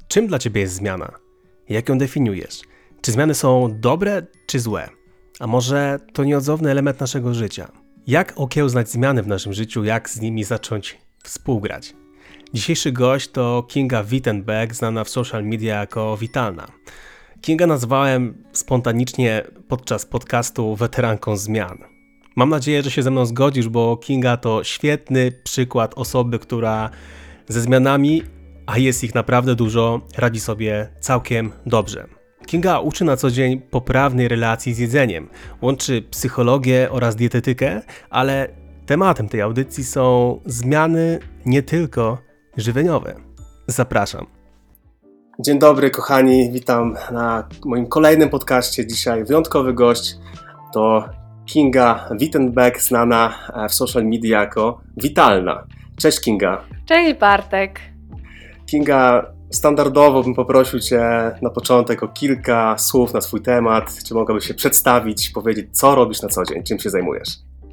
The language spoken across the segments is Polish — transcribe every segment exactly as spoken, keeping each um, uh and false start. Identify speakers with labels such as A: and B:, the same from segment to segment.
A: Czym dla Ciebie jest zmiana? Jak ją definiujesz? Czy zmiany są dobre czy złe? A może to nieodzowny element naszego życia? Jak okiełznać zmiany w naszym życiu, jak z nimi zacząć współgrać? Dzisiejszy gość to Kinga Wittenbeck, znana w social media jako Witalna. Kinga nazwałem spontanicznie podczas podcastu weteranką zmian. Mam nadzieję, że się ze mną zgodzisz, bo Kinga to świetny przykład osoby, która ze zmianami, a jest ich naprawdę dużo, radzi sobie całkiem dobrze. Kinga uczy na co dzień poprawnej relacji z jedzeniem, łączy psychologię oraz dietetykę, ale tematem tej audycji są zmiany nie tylko żywieniowe. Zapraszam. Dzień dobry kochani, witam na moim kolejnym podcaście. Dzisiaj wyjątkowy gość to Kinga Wittenbeck, znana w social media jako Witalna. Cześć Kinga.
B: Cześć Bartek.
A: Kinga, standardowo bym poprosił Cię na początek o kilka słów na swój temat. Czy mogłabyś się przedstawić, powiedzieć, co robisz na co dzień, czym się zajmujesz?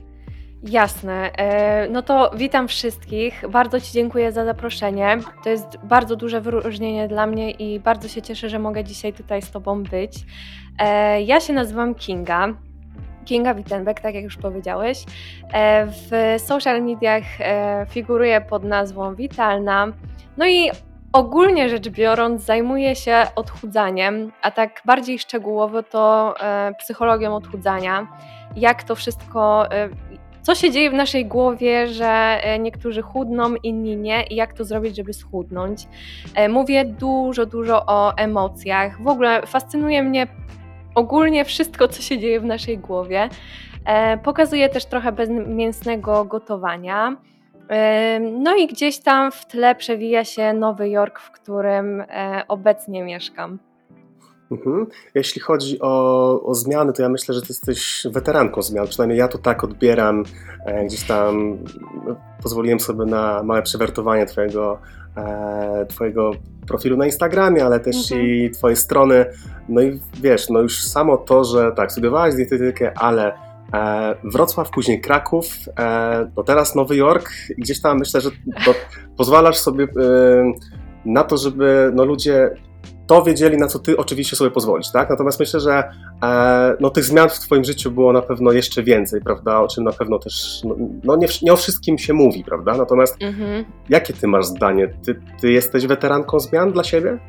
B: Jasne. No to witam wszystkich. Bardzo Ci dziękuję za zaproszenie. To jest bardzo duże wyróżnienie dla mnie i bardzo się cieszę, że mogę dzisiaj tutaj z Tobą być. Ja się nazywam Kinga. Kinga Wittenbeck, tak jak już powiedziałeś. W social mediach figuruję pod nazwą Witalna. No i ogólnie rzecz biorąc zajmuję się odchudzaniem, a tak bardziej szczegółowo to psychologią odchudzania. Jak to wszystko... Co się dzieje w naszej głowie, że niektórzy chudną, inni nie i jak to zrobić, żeby schudnąć. Mówię dużo, dużo o emocjach. W ogóle fascynuje mnie ogólnie wszystko, co się dzieje w naszej głowie. Pokazuję też trochę bezmięsnego gotowania. No i gdzieś tam w tle przewija się Nowy Jork, w którym obecnie mieszkam.
A: Mhm. Jeśli chodzi o, o zmiany, to ja myślę, że Ty jesteś weteranką zmian, przynajmniej ja to tak odbieram. E, gdzieś tam pozwoliłem sobie na małe przewertowanie twojego, e, twojego profilu na Instagramie, ale też mhm. i Twojej strony. No i wiesz, no już samo to, że tak, studiowałaś dietetykę, ale e, Wrocław, później Kraków, e, no teraz Nowy Jork i gdzieś tam myślę, że to pozwalasz sobie e, na to, żeby no ludzie to wiedzieli, na co Ty oczywiście sobie pozwolisz, tak? Natomiast myślę, że e, no, tych zmian w Twoim życiu było na pewno jeszcze więcej, prawda? O czym na pewno też, no, no nie, nie o wszystkim się mówi, prawda? Natomiast mhm. jakie Ty masz zdanie? Ty, ty jesteś weteranką zmian dla siebie?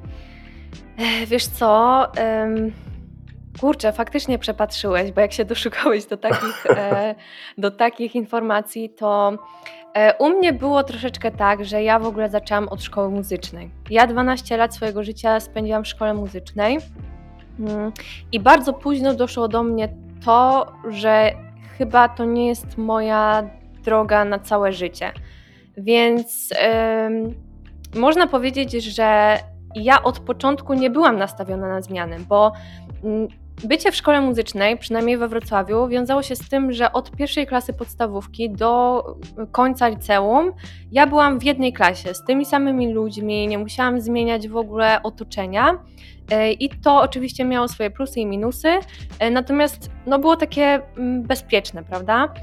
B: Wiesz co, ym, kurczę, faktycznie przepatrzyłeś, bo jak się doszukałeś do takich, e, do takich informacji, to u mnie było troszeczkę tak, że ja w ogóle zaczęłam od szkoły muzycznej. Ja dwanaście lat swojego życia spędziłam w szkole muzycznej i bardzo późno doszło do mnie to, że chyba to nie jest moja droga na całe życie. Więc yy, można powiedzieć, że ja od początku nie byłam nastawiona na zmiany, bo yy, bycie w szkole muzycznej, przynajmniej we Wrocławiu, wiązało się z tym, że od pierwszej klasy podstawówki do końca liceum ja byłam w jednej klasie z tymi samymi ludźmi, nie musiałam zmieniać w ogóle otoczenia i to oczywiście miało swoje plusy i minusy, natomiast no, było takie bezpieczne, prawda?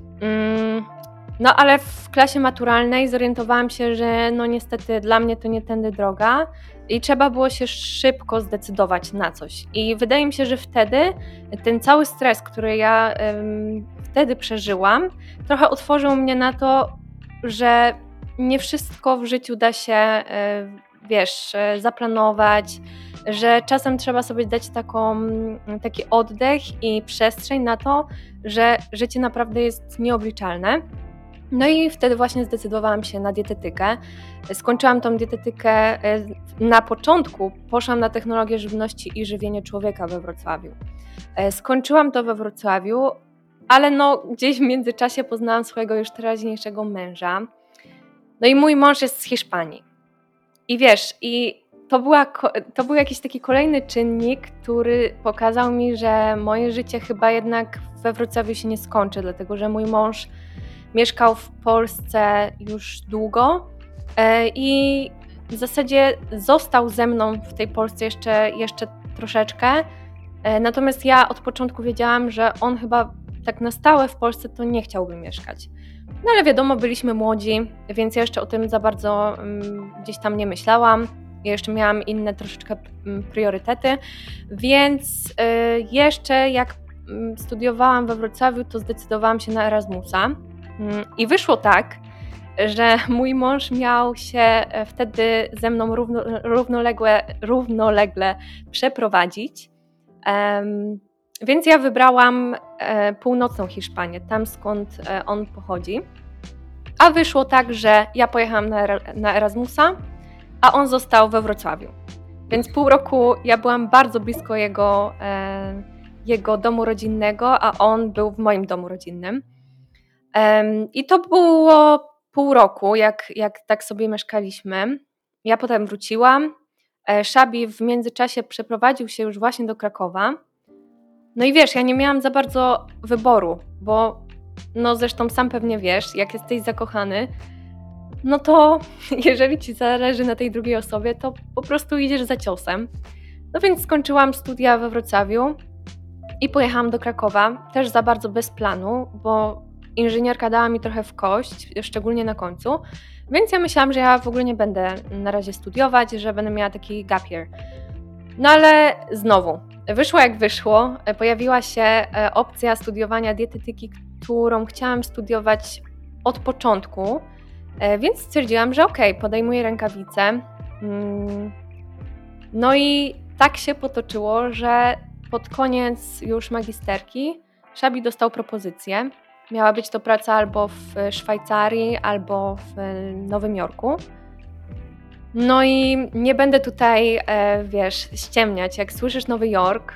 B: No ale w klasie maturalnej zorientowałam się, że no niestety dla mnie to nie tędy droga i trzeba było się szybko zdecydować na coś. I wydaje mi się, że wtedy ten cały stres, który ja ym, wtedy przeżyłam, trochę otworzył mnie na to, że nie wszystko w życiu da się, y, wiesz, y, zaplanować, że czasem trzeba sobie dać taką, taki oddech i przestrzeń na to, że życie naprawdę jest nieobliczalne. No i wtedy właśnie zdecydowałam się na dietetykę. Skończyłam tą dietetykę, na początku poszłam na technologię żywności i żywienie człowieka we Wrocławiu. Skończyłam to we Wrocławiu, ale no gdzieś w międzyczasie poznałam swojego już teraźniejszego męża. No i mój mąż jest z Hiszpanii. I wiesz, i to, była, to był jakiś taki kolejny czynnik, który pokazał mi, że moje życie chyba jednak we Wrocławiu się nie skończy, dlatego że mój mąż mieszkał w Polsce już długo i w zasadzie został ze mną w tej Polsce jeszcze, jeszcze troszeczkę. Natomiast ja od początku wiedziałam, że on chyba tak na stałe w Polsce to nie chciałby mieszkać. No ale wiadomo, byliśmy młodzi, więc ja jeszcze o tym za bardzo um, gdzieś tam nie myślałam. Ja jeszcze miałam inne troszeczkę priorytety, więc jeszcze jak studiowałam we Wrocławiu, to zdecydowałam się na Erasmusa i wyszło tak, że mój mąż miał się wtedy ze mną równo, równolegle, równolegle przeprowadzić, um, więc ja wybrałam e, północną Hiszpanię, tam skąd e, on pochodzi, a wyszło tak, że ja pojechałam na, na Erasmusa, a on został we Wrocławiu, więc pół roku ja byłam bardzo blisko jego, e, jego domu rodzinnego, a on był w moim domu rodzinnym um, i to było pół roku, jak, jak tak sobie mieszkaliśmy. Ja potem wróciłam. Szabi w międzyczasie przeprowadził się już właśnie do Krakowa. No i wiesz, ja nie miałam za bardzo wyboru, bo no zresztą sam pewnie wiesz, jak jesteś zakochany, no to jeżeli ci zależy na tej drugiej osobie, to po prostu idziesz za ciosem. No więc skończyłam studia we Wrocławiu i pojechałam do Krakowa, też za bardzo bez planu, bo inżynierka dała mi trochę w kość, szczególnie na końcu, więc ja myślałam, że ja w ogóle nie będę na razie studiować, że będę miała taki gap year. No ale znowu, wyszło jak wyszło, pojawiła się opcja studiowania dietetyki, którą chciałam studiować od początku, więc stwierdziłam, że okej, okay, podejmuję rękawice. No i tak się potoczyło, że pod koniec już magisterki Szabi dostał propozycję. Miała być to praca albo w Szwajcarii, albo w Nowym Jorku. No i nie będę tutaj, e, wiesz, ściemniać. Jak słyszysz Nowy Jork,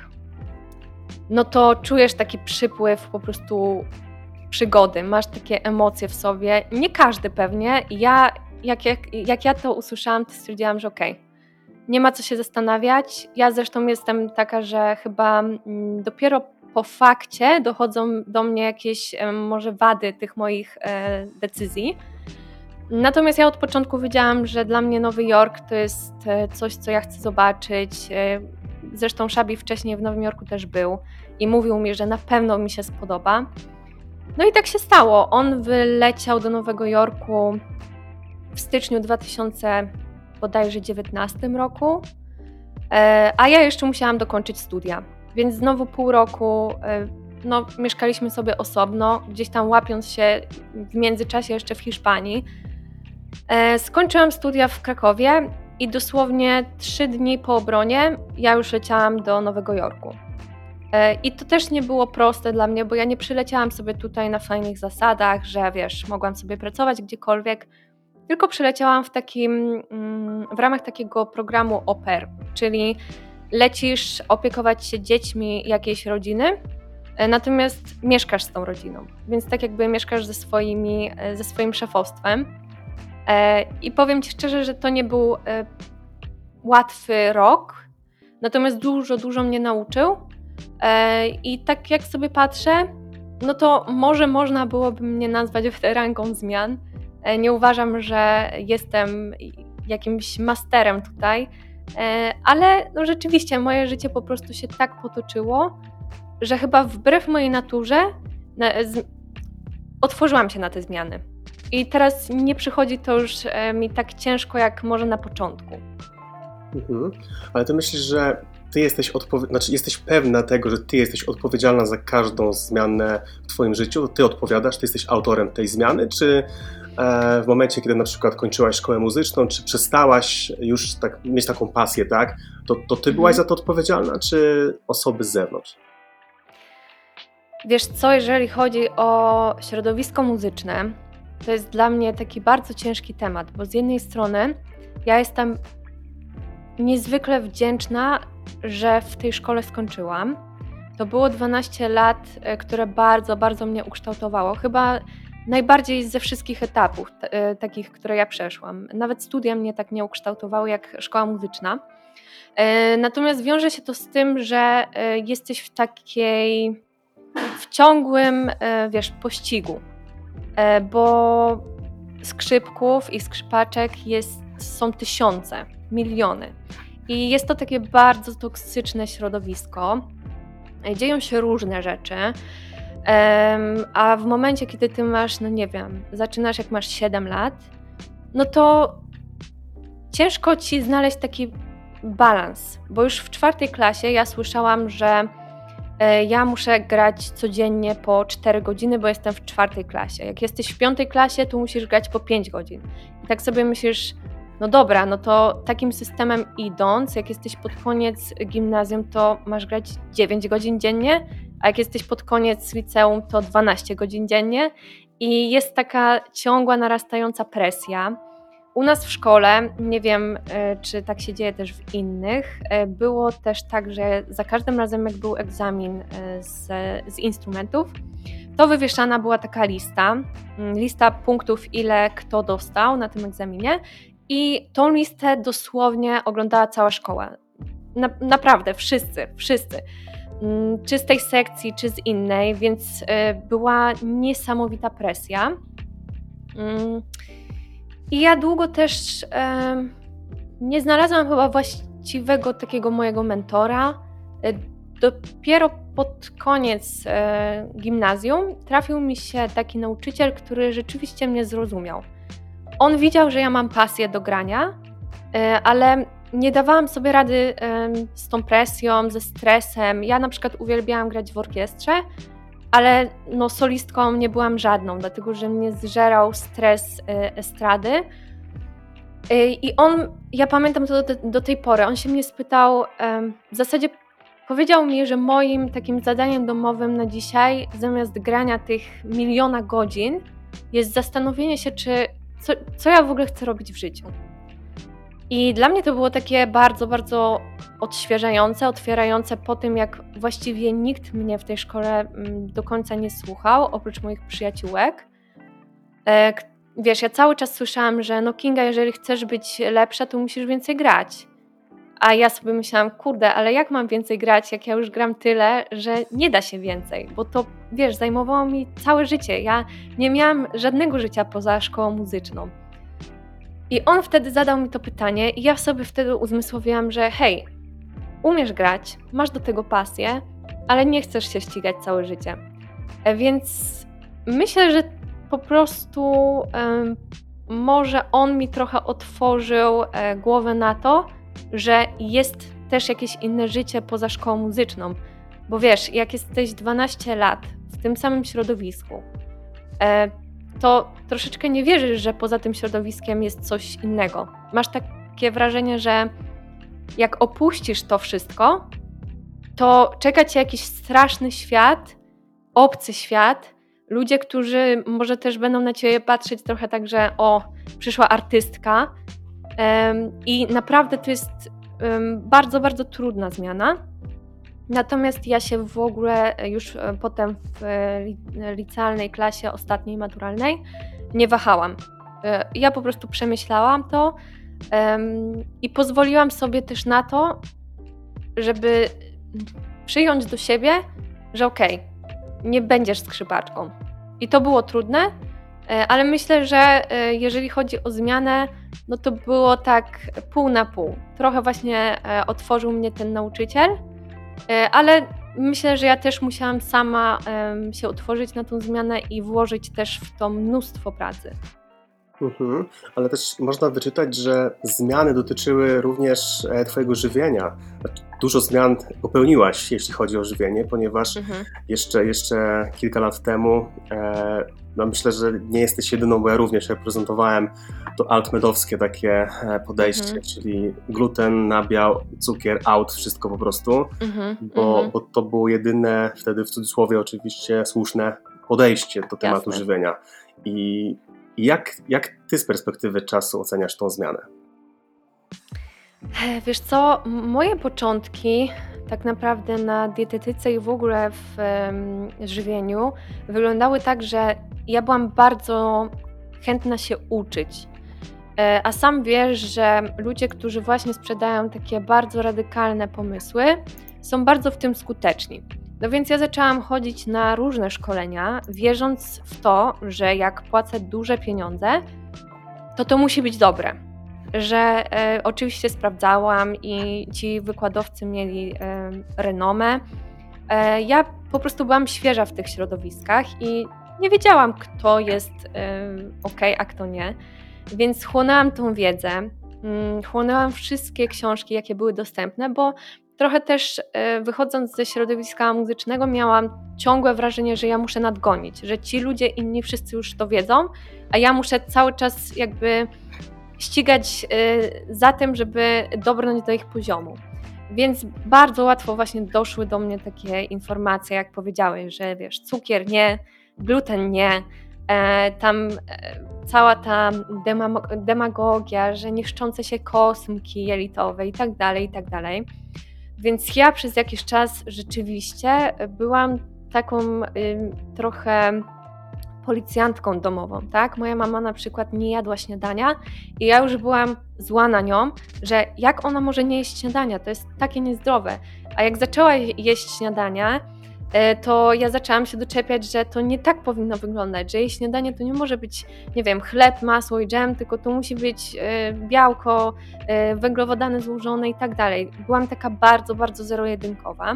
B: no to czujesz taki przypływ po prostu przygody. Masz takie emocje w sobie. Nie każdy pewnie. Ja, jak, jak, jak ja to usłyszałam, to stwierdziłam, że okej, okay, nie ma co się zastanawiać. Ja zresztą jestem taka, że chyba mm, dopiero po fakcie dochodzą do mnie jakieś e, może wady tych moich e, decyzji. Natomiast ja od początku wiedziałam, że dla mnie Nowy Jork to jest e, coś, co ja chcę zobaczyć. E, zresztą Szabi wcześniej w Nowym Jorku też był i mówił mi, że na pewno mi się spodoba. No i tak się stało. On wyleciał do Nowego Jorku w styczniu dwa tysiące dziewiętnastym roku, e, a ja jeszcze musiałam dokończyć studia. Więc znowu pół roku no, mieszkaliśmy sobie osobno, gdzieś tam łapiąc się w międzyczasie jeszcze w Hiszpanii. Skończyłam studia w Krakowie i dosłownie trzy dni po obronie ja już leciałam do Nowego Jorku. I to też nie było proste dla mnie, bo ja nie przyleciałam sobie tutaj na fajnych zasadach, że wiesz, mogłam sobie pracować gdziekolwiek, tylko przyleciałam w takim, w ramach takiego programu au pair, czyli lecisz opiekować się dziećmi jakiejś rodziny, natomiast mieszkasz z tą rodziną, więc tak jakby mieszkasz ze, swoimi, ze swoim szefostwem. I powiem Ci szczerze, że to nie był łatwy rok, natomiast dużo, dużo mnie nauczył i tak jak sobie patrzę, no to może można byłoby mnie nazwać weteranką zmian. Nie uważam, że jestem jakimś masterem tutaj, ale no rzeczywiście moje życie po prostu się tak potoczyło, że chyba wbrew mojej naturze z... otworzyłam się na te zmiany. I teraz nie przychodzi to już mi tak ciężko, jak może na początku.
A: Mhm. Ale ty myślisz, że ty jesteś, odpowi- znaczy jesteś pewna tego, że ty jesteś odpowiedzialna za każdą zmianę w twoim życiu? Ty odpowiadasz, ty jesteś autorem tej zmiany? Czy w momencie, kiedy na przykład kończyłaś szkołę muzyczną, czy przestałaś już tak, mieć taką pasję, tak? To, to ty byłaś za to odpowiedzialna, czy osoby z zewnątrz?
B: Wiesz co, jeżeli chodzi o środowisko muzyczne, to jest dla mnie taki bardzo ciężki temat, bo z jednej strony ja jestem niezwykle wdzięczna, że w tej szkole skończyłam. To było dwanaście lat, które bardzo, bardzo mnie ukształtowało. Chyba najbardziej ze wszystkich etapów t- takich, które ja przeszłam. Nawet studia mnie tak nie ukształtowały jak szkoła muzyczna. Natomiast wiąże się to z tym, że jesteś w takiej, w ciągłym, wiesz, pościgu, bo skrzypków i skrzypaczek jest, są tysiące, miliony. I jest to takie bardzo toksyczne środowisko. Dzieją się różne rzeczy. Um, a w momencie, kiedy ty masz, no nie wiem, zaczynasz jak masz siedem lat, no to ciężko ci znaleźć taki balans, bo już w czwartej klasie ja słyszałam, że e, ja muszę grać codziennie po cztery godziny, bo jestem w czwartej klasie. Jak jesteś w piątej klasie, to musisz grać po pięć godzin. I tak sobie myślisz, no dobra, no to takim systemem idąc, jak jesteś pod koniec gimnazjum, to masz grać dziewięć godzin dziennie, a jak jesteś pod koniec liceum, to dwanaście godzin dziennie i jest taka ciągła, narastająca presja. U nas w szkole, nie wiem, czy tak się dzieje też w innych, było też tak, że za każdym razem, jak był egzamin z, z instrumentów, to wywieszana była taka lista, lista punktów, ile kto dostał na tym egzaminie i tą listę dosłownie oglądała cała szkoła. Na, naprawdę, wszyscy, wszyscy. Czy z tej sekcji, czy z innej, więc była niesamowita presja. I ja długo też nie znalazłam chyba właściwego takiego mojego mentora. Dopiero pod koniec gimnazjum trafił mi się taki nauczyciel, który rzeczywiście mnie zrozumiał. On widział, że ja mam pasję do grania, ale nie dawałam sobie rady z tą presją, ze stresem. Ja na przykład uwielbiałam grać w orkiestrze, ale no solistką nie byłam żadną, dlatego że mnie zżerał stres estrady. I on, ja pamiętam to do, do tej pory, on się mnie spytał, w zasadzie powiedział mi, że moim takim zadaniem domowym na dzisiaj, zamiast grania tych miliona godzin, jest zastanowienie się, czy co, co ja w ogóle chcę robić w życiu. I dla mnie to było takie bardzo, bardzo odświeżające, otwierające po tym, jak właściwie nikt mnie w tej szkole do końca nie słuchał, oprócz moich przyjaciółek. Wiesz, ja cały czas słyszałam, że no Kinga, jeżeli chcesz być lepsza, to musisz więcej grać. A ja sobie myślałam, kurde, ale jak mam więcej grać, jak ja już gram tyle, że nie da się więcej, bo to, wiesz, zajmowało mi całe życie. Ja nie miałam żadnego życia poza szkołą muzyczną. I on wtedy zadał mi to pytanie i ja sobie wtedy uzmysłowiłam, że hej, umiesz grać, masz do tego pasję, ale nie chcesz się ścigać całe życie. Więc myślę, że po prostu um, może on mi trochę otworzył e, głowę na to, że jest też jakieś inne życie poza szkołą muzyczną. Bo wiesz, jak jesteś dwanaście lat w tym samym środowisku, e, to troszeczkę nie wierzysz, że poza tym środowiskiem jest coś innego. Masz takie wrażenie, że jak opuścisz to wszystko, to czeka cię jakiś straszny świat, obcy świat, ludzie, którzy może też będą na ciebie patrzeć trochę tak, że o, przyszła artystka. Um, I naprawdę to jest um, bardzo, bardzo trudna zmiana. Natomiast ja się w ogóle już potem w licealnej klasie ostatniej maturalnej nie wahałam. Ja po prostu przemyślałam to um, i pozwoliłam sobie też na to, żeby przyjąć do siebie, że okej, okay, nie będziesz skrzypaczką. I to było trudne, ale myślę, że jeżeli chodzi o zmianę, no to było tak pół na pół. Trochę właśnie otworzył mnie ten nauczyciel, ale myślę, że ja też musiałam sama się otworzyć na tą zmianę i włożyć też w to mnóstwo pracy.
C: Mhm. Ale też można wyczytać, że zmiany dotyczyły również Twojego żywienia. Dużo zmian popełniłaś, jeśli chodzi o żywienie, ponieważ mhm. jeszcze, jeszcze kilka lat temu, e, no myślę, że nie jesteś jedyną, bo ja również reprezentowałem to altmedowskie takie podejście, mhm. czyli gluten, nabiał, cukier, out, wszystko po prostu, mhm. bo, mhm. bo to było jedyne, wtedy w cudzysłowie oczywiście, słuszne podejście do tematu Jasne. żywienia. I Jak, jak ty z perspektywy czasu oceniasz tą zmianę?
B: Wiesz co, moje początki tak naprawdę na dietetyce i w ogóle w um, żywieniu wyglądały tak, że ja byłam bardzo chętna się uczyć. E, a sam wiesz, że ludzie, którzy właśnie sprzedają takie bardzo radykalne pomysły, są bardzo w tym skuteczni. No więc ja zaczęłam chodzić na różne szkolenia, wierząc w to, że jak płacę duże pieniądze, to to musi być dobre. Że e, oczywiście sprawdzałam i ci wykładowcy mieli e, renomę. E, ja po prostu byłam świeża w tych środowiskach i nie wiedziałam, kto jest e, okej, a kto nie. Więc chłonęłam tą wiedzę. mm, chłonęłam wszystkie książki, jakie były dostępne, bo trochę też e, wychodząc ze środowiska muzycznego miałam ciągłe wrażenie, że ja muszę nadgonić, że ci ludzie inni wszyscy już to wiedzą, a ja muszę cały czas jakby ścigać e, za tym, żeby dobrnąć do ich poziomu. Więc bardzo łatwo właśnie doszły do mnie takie informacje, jak powiedziałeś, że wiesz, cukier nie, gluten nie, e, tam e, cała ta demamo- demagogia, że niszczące się kosmki jelitowe i tak dalej, i tak dalej. Więc ja przez jakiś czas rzeczywiście byłam taką y, trochę policjantką domową, tak? Moja mama na przykład nie jadła śniadania i ja już byłam zła na nią, że jak ona może nie jeść śniadania, to jest takie niezdrowe. A jak zaczęła jeść śniadania, to ja zaczęłam się doczepiać, że to nie tak powinno wyglądać, że jej śniadanie to nie może być, nie wiem, chleb, masło i dżem, tylko to musi być białko, węglowodany złożone i tak dalej. Byłam taka bardzo, bardzo zero-jedynkowa.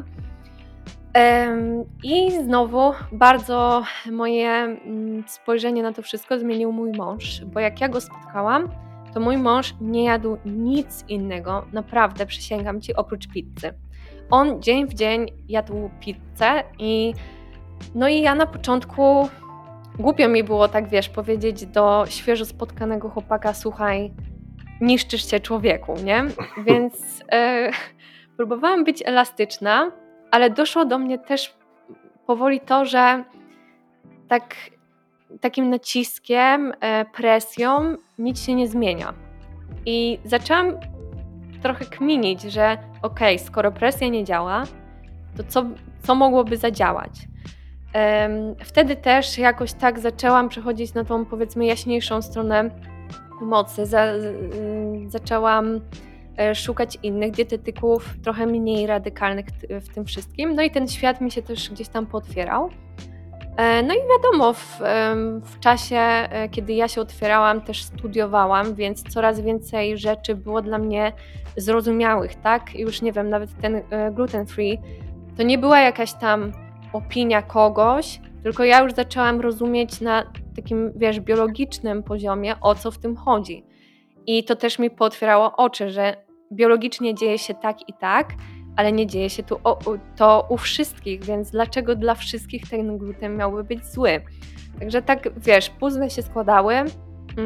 B: I znowu bardzo moje spojrzenie na to wszystko zmienił mój mąż, bo jak ja go spotkałam, to mój mąż nie jadł nic innego, naprawdę przysięgam Ci, oprócz pizzy. On dzień w dzień jadł pizzę i no i ja na początku głupio mi było tak, wiesz, powiedzieć do świeżo spotkanego chłopaka, słuchaj, niszczysz się człowieku, nie? Więc e, próbowałam być elastyczna, ale doszło do mnie też powoli to, że tak, takim naciskiem, e, presją nic się nie zmienia. I zaczęłam trochę kminić, że okej, okay, skoro presja nie działa, to co, co mogłoby zadziałać? Um, wtedy też jakoś tak zaczęłam przechodzić na tą, powiedzmy, jaśniejszą stronę mocy. Za, y, zaczęłam y, szukać innych dietetyków, trochę mniej radykalnych t- w tym wszystkim. No i ten świat mi się też gdzieś tam pootwierał. E, no i wiadomo, w, w czasie, kiedy ja się otwierałam, też studiowałam, więc coraz więcej rzeczy było dla mnie zrozumiałych, tak? Już nie wiem, nawet ten gluten free to nie była jakaś tam opinia kogoś, tylko ja już zaczęłam rozumieć na takim, wiesz, biologicznym poziomie, o co w tym chodzi. I to też mi pootwierało oczy, że biologicznie dzieje się tak i tak, ale nie dzieje się tu o, to u wszystkich, więc dlaczego dla wszystkich ten gluten miałby być zły? Także tak, wiesz, puzzle się składały ym,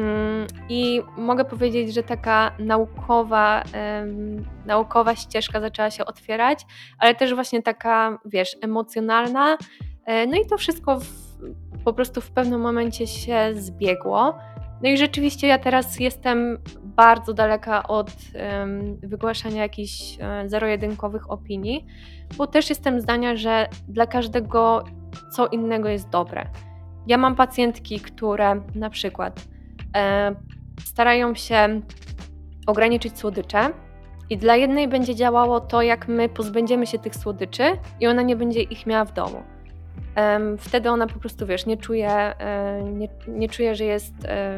B: i mogę powiedzieć, że taka naukowa, ym, naukowa ścieżka zaczęła się otwierać, ale też właśnie taka, wiesz, emocjonalna. Yy, no i to wszystko w, po prostu w pewnym momencie się zbiegło. No i rzeczywiście ja teraz jestem bardzo daleka od um, wygłaszania jakichś um, zero-jedynkowych opinii, bo też jestem zdania, że dla każdego co innego jest dobre. Ja mam pacjentki, które na przykład e, starają się ograniczyć słodycze i dla jednej będzie działało to, jak my pozbędziemy się tych słodyczy i ona nie będzie ich miała w domu. Wtedy ona po prostu, wiesz, nie czuje, nie, nie czuje, że jest,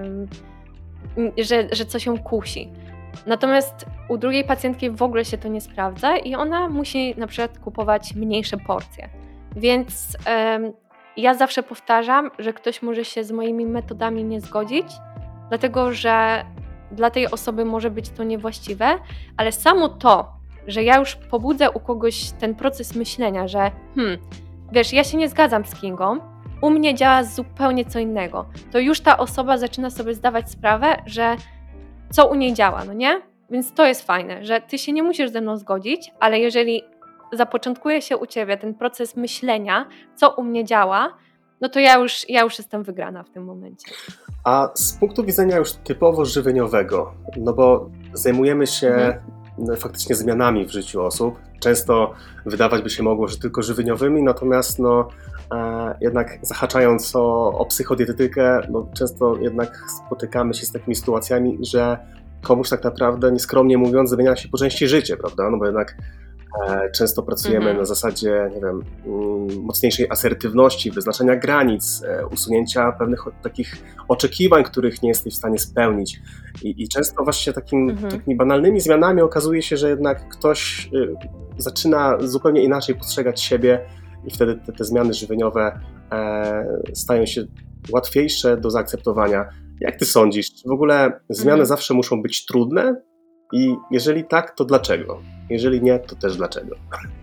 B: że, że coś ją kusi. Natomiast u drugiej pacjentki w ogóle się to nie sprawdza i ona musi na przykład kupować mniejsze porcje. Więc um, ja zawsze powtarzam, że ktoś może się z moimi metodami nie zgodzić, dlatego że dla tej osoby może być to niewłaściwe, ale samo to, że ja już pobudzę u kogoś ten proces myślenia, że hmm, wiesz, ja się nie zgadzam z Kingą, u mnie działa zupełnie co innego. To już ta osoba zaczyna sobie zdawać sprawę, że co u niej działa, no nie? Więc to jest fajne, że ty się nie musisz ze mną zgodzić, ale jeżeli zapoczątkuje się u ciebie ten proces myślenia, co u mnie działa, no to ja już, ja już jestem wygrana w tym momencie.
C: A z punktu widzenia już typowo żywieniowego, no bo zajmujemy się mhm. faktycznie zmianami w życiu osób. Często wydawać by się mogło, że tylko żywieniowymi, natomiast no, e, jednak zahaczając o, o psychodietetykę, no, często jednak spotykamy się z takimi sytuacjami, że komuś tak naprawdę, nieskromnie mówiąc, zmienia się po części życie, prawda? No bo jednak e, często pracujemy mhm. na zasadzie, nie wiem, m, mocniejszej asertywności, wyznaczenia granic, e, usunięcia pewnych o, takich oczekiwań, których nie jesteś w stanie spełnić. I, i często właśnie takim, mhm. takimi banalnymi zmianami okazuje się, że jednak ktoś y, zaczyna zupełnie inaczej postrzegać siebie i wtedy te, te zmiany żywieniowe e, stają się łatwiejsze do zaakceptowania. Jak ty sądzisz, czy w ogóle zmiany mhm. zawsze muszą być trudne, I jeżeli tak, to dlaczego? Jeżeli nie, to też dlaczego?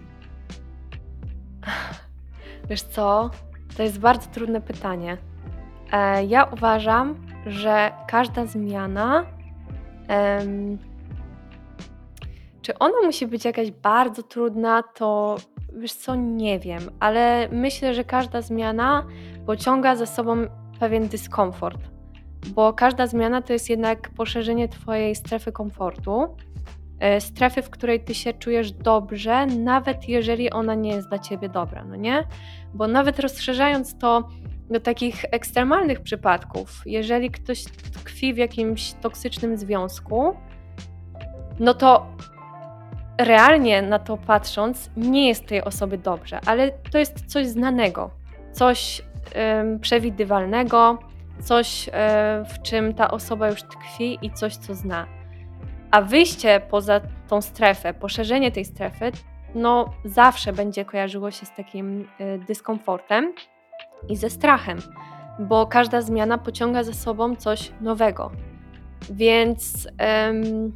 B: Wiesz co, to jest bardzo trudne pytanie. E, ja uważam, że każda zmiana, em, czy ona musi być jakaś bardzo trudna, to wiesz co, nie wiem, ale myślę, że każda zmiana pociąga za sobą pewien dyskomfort, bo każda zmiana to jest jednak poszerzenie twojej strefy komfortu, e, strefy, w której ty się czujesz dobrze, nawet jeżeli ona nie jest dla ciebie dobra, no nie? Bo nawet rozszerzając to do takich ekstremalnych przypadków, jeżeli ktoś tkwi w jakimś toksycznym związku, no to realnie na to patrząc nie jest tej osoby dobrze, ale to jest coś znanego, coś em, przewidywalnego, coś, e, w czym ta osoba już tkwi i coś, co zna. A wyjście poza tą strefę, poszerzenie tej strefy, no zawsze będzie kojarzyło się z takim e, dyskomfortem i ze strachem, bo każda zmiana pociąga za sobą coś nowego. Więc em,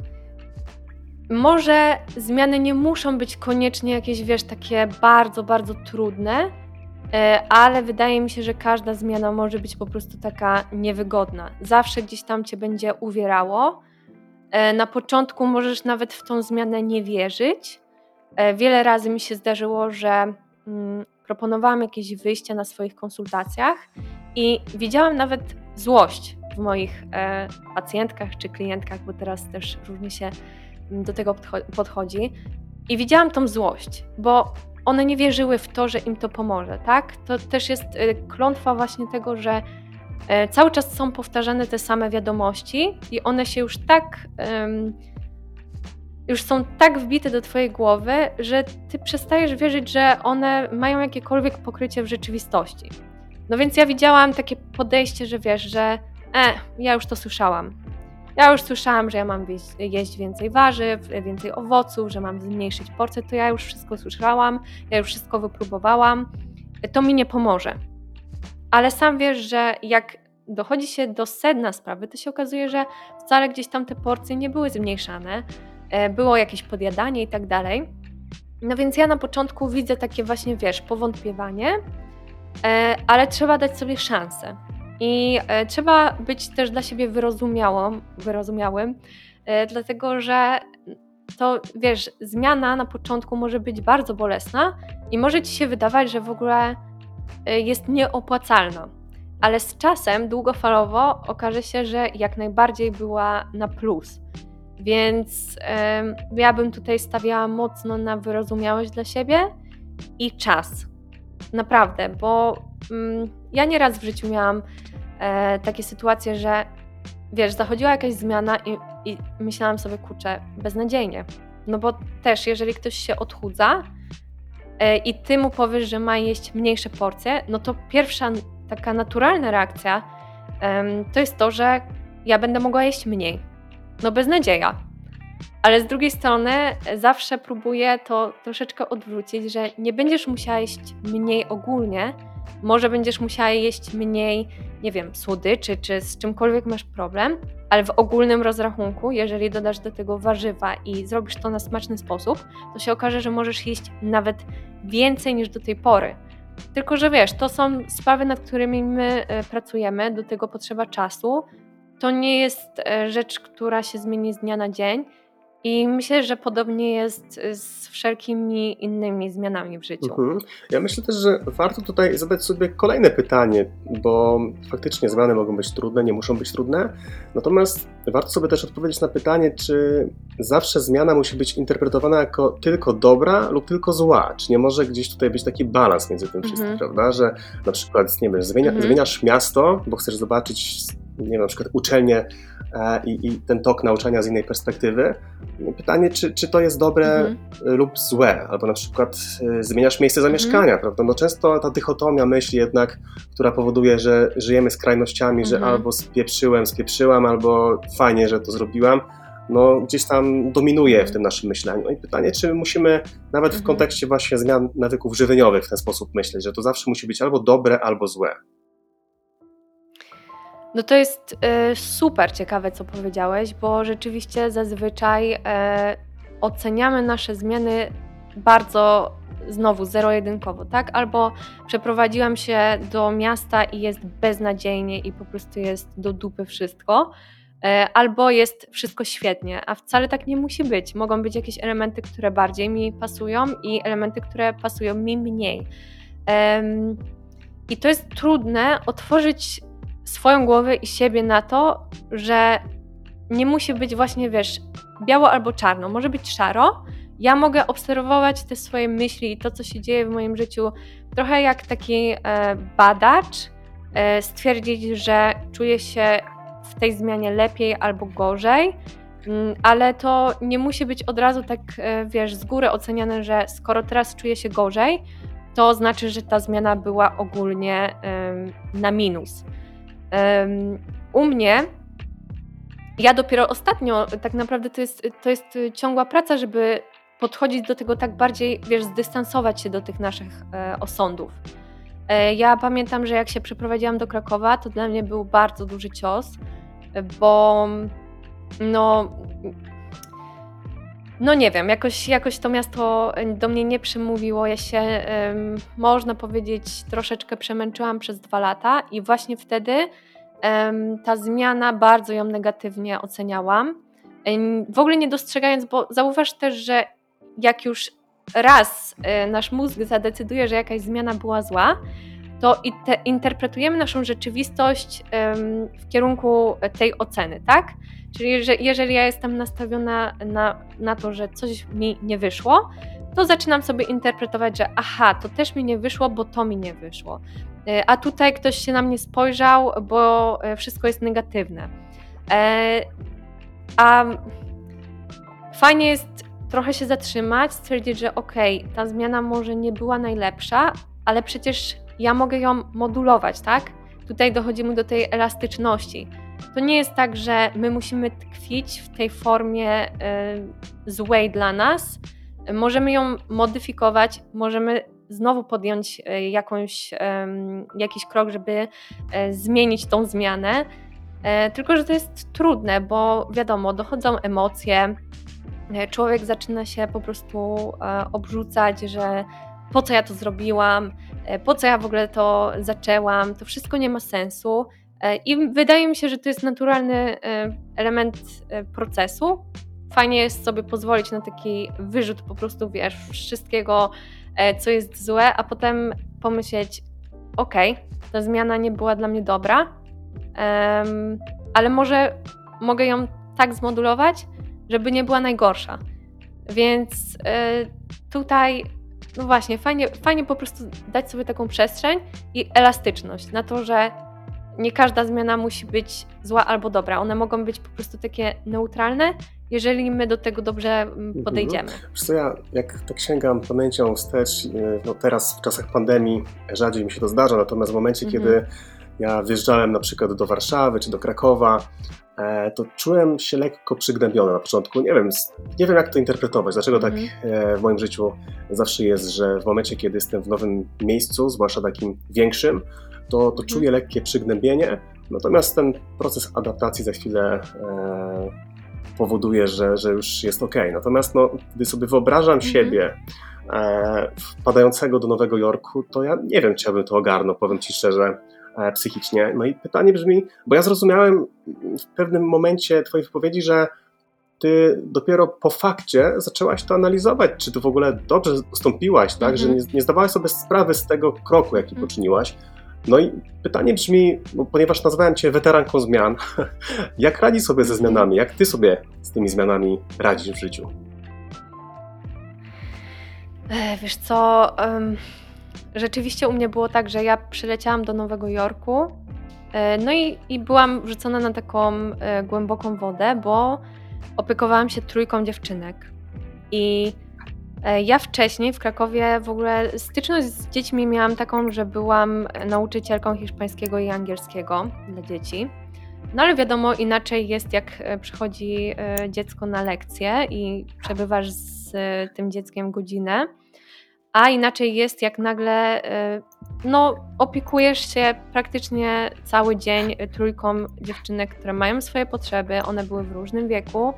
B: może zmiany nie muszą być koniecznie jakieś, wiesz, takie bardzo, bardzo trudne, e, ale wydaje mi się, że każda zmiana może być po prostu taka niewygodna. Zawsze gdzieś tam cię będzie uwierało. E, Na początku możesz nawet w tą zmianę nie wierzyć. E, Wiele razy mi się zdarzyło, że mm, proponowałam jakieś wyjścia na swoich konsultacjach i widziałam nawet złość w moich e, pacjentkach czy klientkach, bo teraz też różnie się mm, do tego podcho- podchodzi. I widziałam tą złość, bo one nie wierzyły w to, że im to pomoże, tak? To też jest e, klątwa właśnie tego, że e, cały czas są powtarzane te same wiadomości i one się już tak... em, już są tak wbite do twojej głowy, że ty przestajesz wierzyć, że one mają jakiekolwiek pokrycie w rzeczywistości. No więc ja widziałam takie podejście, że wiesz, że e, ja już to słyszałam. Ja już słyszałam, że ja mam jeść, jeść więcej warzyw, więcej owoców, że mam zmniejszyć porcje, to ja już wszystko słyszałam, ja już wszystko wypróbowałam. To mi nie pomoże. Ale sam wiesz, że jak dochodzi się do sedna sprawy, to się okazuje, że wcale gdzieś tam te porcje nie były zmniejszane, e, było jakieś podjadanie i tak dalej. No więc ja na początku widzę takie właśnie, wiesz, powątpiewanie, e, ale trzeba dać sobie szansę. I e, trzeba być też dla siebie wyrozumiałą, wyrozumiałym, e, dlatego że to, wiesz, zmiana na początku może być bardzo bolesna i może ci się wydawać, że w ogóle e, jest nieopłacalna. Ale z czasem, długofalowo, okaże się, że jak najbardziej była na plus. Więc em, ja bym tutaj stawiała mocno na wyrozumiałość dla siebie i czas. Naprawdę, bo mm, ja nieraz w życiu miałam e, takie sytuacje, że wiesz, zachodziła jakaś zmiana i, i myślałam sobie, kurczę, beznadziejnie. No bo też, jeżeli ktoś się odchudza e, i ty mu powiesz, że ma jeść mniejsze porcje, no to pierwsza taka naturalna reakcja em, to jest to, że ja będę mogła jeść mniej. No beznadzieja. Ale z drugiej strony zawsze próbuję to troszeczkę odwrócić, że nie będziesz musiała jeść mniej ogólnie, może będziesz musiała jeść mniej, nie wiem, słodyczy czy z czymkolwiek masz problem, ale w ogólnym rozrachunku, jeżeli dodasz do tego warzywa i zrobisz to na smaczny sposób, to się okaże, że możesz jeść nawet więcej niż do tej pory. Tylko że wiesz, to są sprawy, nad którymi my e, pracujemy, do tego potrzeba czasu. To nie jest e, rzecz, która się zmieni z dnia na dzień i myślę, że podobnie jest z wszelkimi innymi zmianami w życiu.
C: Mhm. Ja myślę też, że warto tutaj zadać sobie kolejne pytanie, bo faktycznie zmiany mogą być trudne, nie muszą być trudne, natomiast warto sobie też odpowiedzieć na pytanie, czy zawsze zmiana musi być interpretowana jako tylko dobra lub tylko zła, czy nie może gdzieś tutaj być taki balans między tym wszystkim,
B: Mhm.
C: prawda, że na przykład, nie wiem, zmienia,
B: Mhm.
C: zmieniasz miasto, bo chcesz zobaczyć, nie wiem, na przykład uczelnię e, i, i ten tok nauczania z innej perspektywy. Pytanie, czy, czy to jest dobre
B: Mhm.
C: lub złe, albo na przykład y, zmieniasz miejsce zamieszkania, prawda? No często ta dychotomia myśli jednak, która powoduje, że żyjemy skrajnościami, że
B: Mhm.
C: albo spieprzyłem, spieprzyłam, albo fajnie, że to zrobiłam, no gdzieś tam dominuje w
B: Mhm.
C: tym naszym myśleniu. No i pytanie, czy musimy nawet w
B: Mhm.
C: kontekście właśnie zmian nawyków żywieniowych w ten sposób myśleć, że to zawsze musi być albo dobre, albo złe.
B: No to jest y, super ciekawe, co powiedziałeś, bo rzeczywiście zazwyczaj y, oceniamy nasze zmiany bardzo znowu zero-jedynkowo, tak? Albo przeprowadziłam się do miasta i jest beznadziejnie i po prostu jest do dupy wszystko, y, albo jest wszystko świetnie, a wcale tak nie musi być. Mogą być jakieś elementy, które bardziej mi pasują i elementy, które pasują mi mniej. Ym, I to jest trudne otworzyć swoją głowę i siebie na to, że nie musi być właśnie, wiesz, biało albo czarno, może być szaro. Ja mogę obserwować te swoje myśli i to, co się dzieje w moim życiu, trochę jak taki e, badacz, e, stwierdzić, że czuję się w tej zmianie lepiej albo gorzej, m, ale to nie musi być od razu tak, e, wiesz, z góry oceniane, że skoro teraz czuję się gorzej, to znaczy, że ta zmiana była ogólnie um, na minus. Um, u mnie, ja dopiero ostatnio, tak naprawdę to jest, to jest ciągła praca, żeby podchodzić do tego tak bardziej, wiesz, zdystansować się do tych naszych e, osądów. E, ja pamiętam, że jak się przeprowadziłam do Krakowa, to dla mnie był bardzo duży cios, bo no... No nie wiem, jakoś, jakoś to miasto do mnie nie przemówiło. Ja się, um, można powiedzieć, troszeczkę przemęczyłam przez dwa lata i właśnie wtedy um, ta zmiana, bardzo ją negatywnie oceniałam. Um, w ogóle nie dostrzegając, bo zauważ też, że jak już raz um, nasz mózg zadecyduje, że jakaś zmiana była zła, to i te, interpretujemy naszą rzeczywistość um, w kierunku tej oceny, tak? Czyli że jeżeli ja jestem nastawiona na, na to, że coś mi nie wyszło, to zaczynam sobie interpretować, że aha, to też mi nie wyszło, bo to mi nie wyszło. A tutaj ktoś się na mnie spojrzał, bo wszystko jest negatywne. A fajnie jest trochę się zatrzymać, stwierdzić, że okej, ta zmiana może nie była najlepsza, ale przecież ja mogę ją modulować, tak? Tutaj dochodzimy do tej elastyczności. To nie jest tak, że my musimy tkwić w tej formie y, złej dla nas. Możemy ją modyfikować, możemy znowu podjąć y, jakąś, y, jakiś krok, żeby y, zmienić tą zmianę. Y, tylko, że to jest trudne, bo wiadomo, dochodzą emocje, y, człowiek zaczyna się po prostu y, obrzucać, że po co ja to zrobiłam, y, po co ja w ogóle to zaczęłam, to wszystko nie ma sensu. I wydaje mi się, że to jest naturalny element procesu. Fajnie jest sobie pozwolić na taki wyrzut po prostu, wiesz, wszystkiego, co jest złe, a potem pomyśleć, okej, okay, ta zmiana nie była dla mnie dobra, um, ale może mogę ją tak zmodulować, żeby nie była najgorsza. Więc y, tutaj, no właśnie, fajnie, fajnie po prostu dać sobie taką przestrzeń i elastyczność na to, że nie każda zmiana musi być zła albo dobra. One mogą być po prostu takie neutralne, jeżeli my do tego dobrze podejdziemy.
C: Mhm. Wiesz co, ja jak tak sięgam pamięcią wstecz, no teraz w czasach pandemii rzadziej mi się to zdarza, natomiast w momencie, mhm. kiedy ja wjeżdżałem na przykład do Warszawy czy do Krakowa, to czułem się lekko przygnębiony na początku. Nie wiem, nie wiem jak to interpretować, dlaczego mhm. tak w moim życiu zawsze jest, że w momencie, kiedy jestem w nowym miejscu, zwłaszcza takim większym, to, to czuję lekkie przygnębienie, natomiast ten proces adaptacji za chwilę e, powoduje, że, że już jest ok. Natomiast no, gdy sobie wyobrażam mhm. siebie e, wpadającego do Nowego Jorku, to ja nie wiem, czy ja bym to ogarnął, powiem Ci szczerze, e, psychicznie. No i pytanie brzmi, bo ja zrozumiałem w pewnym momencie Twojej wypowiedzi, że Ty dopiero po fakcie zaczęłaś to analizować, czy Ty w ogóle dobrze postąpiłaś, tak? Mhm. że nie, nie zdawałaś sobie sprawy z tego kroku, jaki mhm. poczyniłaś. No i pytanie brzmi, no, ponieważ nazwałem Cię weteranką zmian, jak radzi sobie ze zmianami? Jak Ty sobie z tymi zmianami radzisz w życiu?
B: Wiesz co, um, rzeczywiście u mnie było tak, że ja przyleciałam do Nowego Jorku, no i, i byłam wrzucona na taką e, głęboką wodę, bo opiekowałam się trójką dziewczynek. I ja wcześniej w Krakowie w ogóle styczność z dziećmi miałam taką, że byłam nauczycielką hiszpańskiego i angielskiego dla dzieci. No ale wiadomo, inaczej jest jak przychodzi dziecko na lekcję i przebywasz z tym dzieckiem godzinę, a inaczej jest jak nagle no, opiekujesz się praktycznie cały dzień trójką dziewczynek, które mają swoje potrzeby, one były w różnym wieku,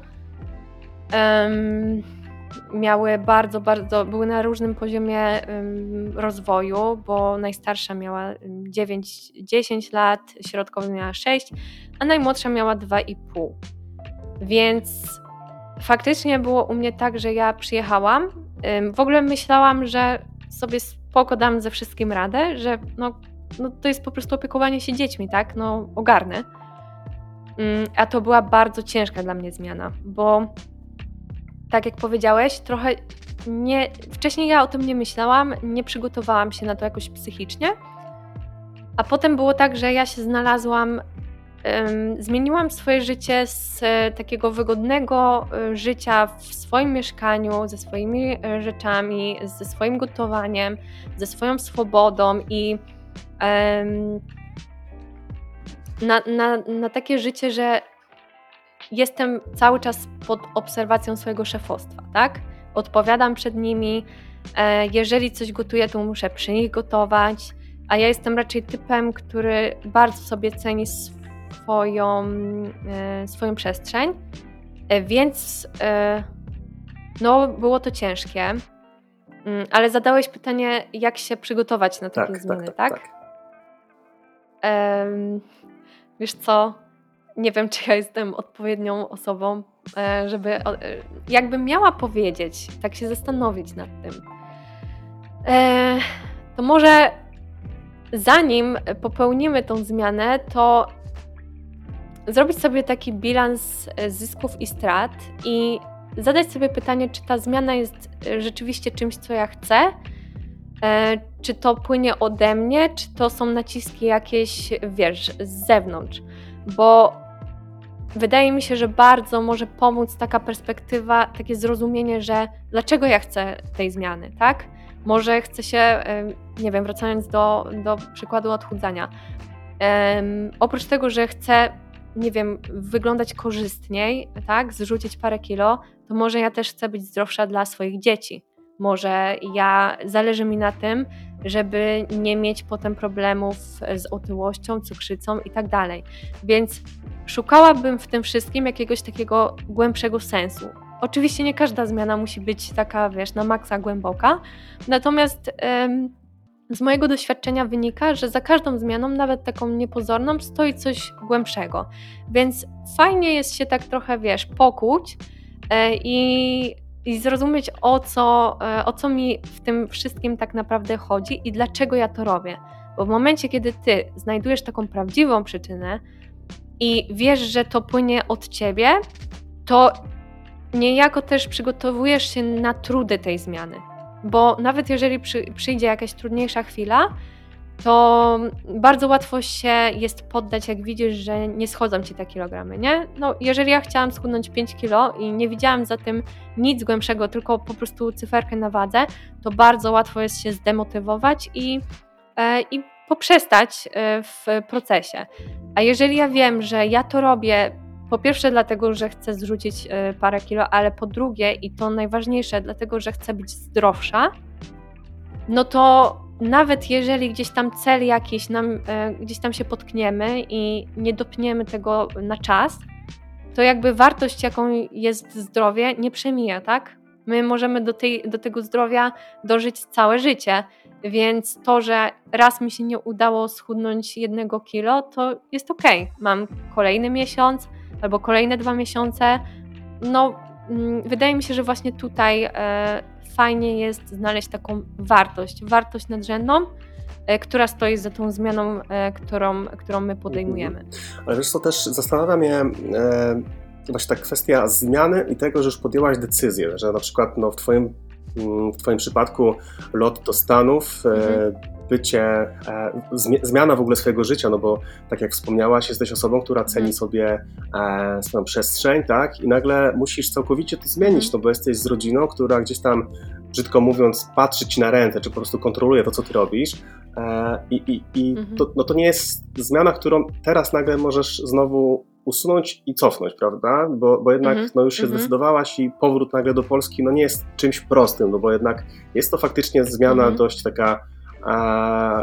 B: um, miały bardzo, bardzo, były na różnym poziomie um, rozwoju, bo najstarsza miała dziewięć dziesięć lat, środkowa miała sześć, a najmłodsza miała dwa i pół. Więc faktycznie było u mnie tak, że ja przyjechałam, um, w ogóle myślałam, że sobie spoko dam ze wszystkim radę, że no, no to jest po prostu opiekowanie się dziećmi, tak? No ogarnę. Um, a to była bardzo ciężka dla mnie zmiana, bo tak jak powiedziałeś, trochę nie, wcześniej ja o tym nie myślałam, nie przygotowałam się na to jakoś psychicznie, a potem było tak, że ja się znalazłam, um, zmieniłam swoje życie z e, takiego wygodnego e, życia w swoim mieszkaniu, ze swoimi e, rzeczami, ze swoim gotowaniem, ze swoją swobodą i um, na, na, na takie życie, że jestem cały czas pod obserwacją swojego szefostwa, tak? Odpowiadam przed nimi, e, jeżeli coś gotuję, to muszę przy nich gotować, a ja jestem raczej typem, który bardzo sobie ceni swoją, e, swoją przestrzeń, e, więc e, no, było to ciężkie, mm, ale zadałeś pytanie, jak się przygotować na takie
C: Tak,
B: zmiany,
C: tak,
B: tak?
C: tak, tak.
B: Em, wiesz co? Nie wiem, czy ja jestem odpowiednią osobą, e, żeby, e, jakbym miała powiedzieć, tak się zastanowić nad tym, e, to może zanim popełnimy tą zmianę, to zrobić sobie taki bilans e, zysków i strat i zadać sobie pytanie, czy ta zmiana jest e, rzeczywiście czymś, co ja chcę, e, czy to płynie ode mnie, czy to są naciski jakieś, wiesz, z zewnątrz, bo wydaje mi się, że bardzo może pomóc taka perspektywa, takie zrozumienie, że dlaczego ja chcę tej zmiany, tak? Może chcę się, nie wiem, wracając do, do przykładu odchudzania, um, oprócz tego, że chcę, nie wiem, wyglądać korzystniej, tak, zrzucić parę kilo, to może ja też chcę być zdrowsza dla swoich dzieci. Może ja, zależy mi na tym, żeby nie mieć potem problemów z otyłością, cukrzycą i tak dalej. Więc szukałabym w tym wszystkim jakiegoś takiego głębszego sensu. Oczywiście nie każda zmiana musi być taka, wiesz, na maksa głęboka, natomiast ym, z mojego doświadczenia wynika, że za każdą zmianą, nawet taką niepozorną, stoi coś głębszego. Więc fajnie jest się tak trochę, wiesz, pokuć yy, i, i zrozumieć, o co, yy, o co mi w tym wszystkim tak naprawdę chodzi i dlaczego ja to robię. Bo w momencie, kiedy ty znajdujesz taką prawdziwą przyczynę, i wiesz, że to płynie od ciebie, to niejako też przygotowujesz się na trudy tej zmiany. Bo nawet jeżeli przy, przyjdzie jakaś trudniejsza chwila, to bardzo łatwo się jest poddać, jak widzisz, że nie schodzą ci te kilogramy, nie? No, jeżeli ja chciałam schudnąć pięć kilo i nie widziałam za tym nic głębszego, tylko po prostu cyferkę na wadze, to bardzo łatwo jest się zdemotywować i, e, i poprzestać w procesie. A jeżeli ja wiem, że ja to robię po pierwsze dlatego, że chcę zrzucić parę kilo, ale po drugie i to najważniejsze, dlatego, że chcę być zdrowsza, no to nawet jeżeli gdzieś tam cel jakiś nam, gdzieś tam się potkniemy i nie dopniemy tego na czas, to jakby wartość, jaką jest zdrowie, nie przemija, tak? My możemy do, tej, do tego zdrowia dożyć całe życie, więc to, że raz mi się nie udało schudnąć jednego kilo, to jest okej. Mam kolejny miesiąc albo kolejne dwa miesiące. No, mm, wydaje mi się, że właśnie tutaj e, fajnie jest znaleźć taką wartość, wartość nadrzędną, e, która stoi za tą zmianą, e, którą, którą my podejmujemy.
C: Ale wiesz co, też zastanawia mnie e, właśnie ta kwestia zmiany i tego, że już podjęłaś decyzję, że na przykład no, w twoim w Twoim przypadku lot do Stanów, mhm. bycie, zmiana w ogóle swojego życia, no bo tak jak wspomniałaś, jesteś osobą, która ceni mhm. sobie swoją przestrzeń, tak? I nagle musisz całkowicie to zmienić, mhm. no bo jesteś z rodziną, która gdzieś tam, brzydko mówiąc, patrzy ci na ręce, czy po prostu kontroluje to, co ty robisz. I, i, i mhm. to, no to nie jest zmiana, którą teraz nagle możesz znowu usunąć i cofnąć, prawda? Bo, bo jednak mm-hmm. no już się mm-hmm. zdecydowałaś i powrót nagle do Polski no nie jest czymś prostym, no bo jednak jest to faktycznie zmiana mm-hmm. dość taka a,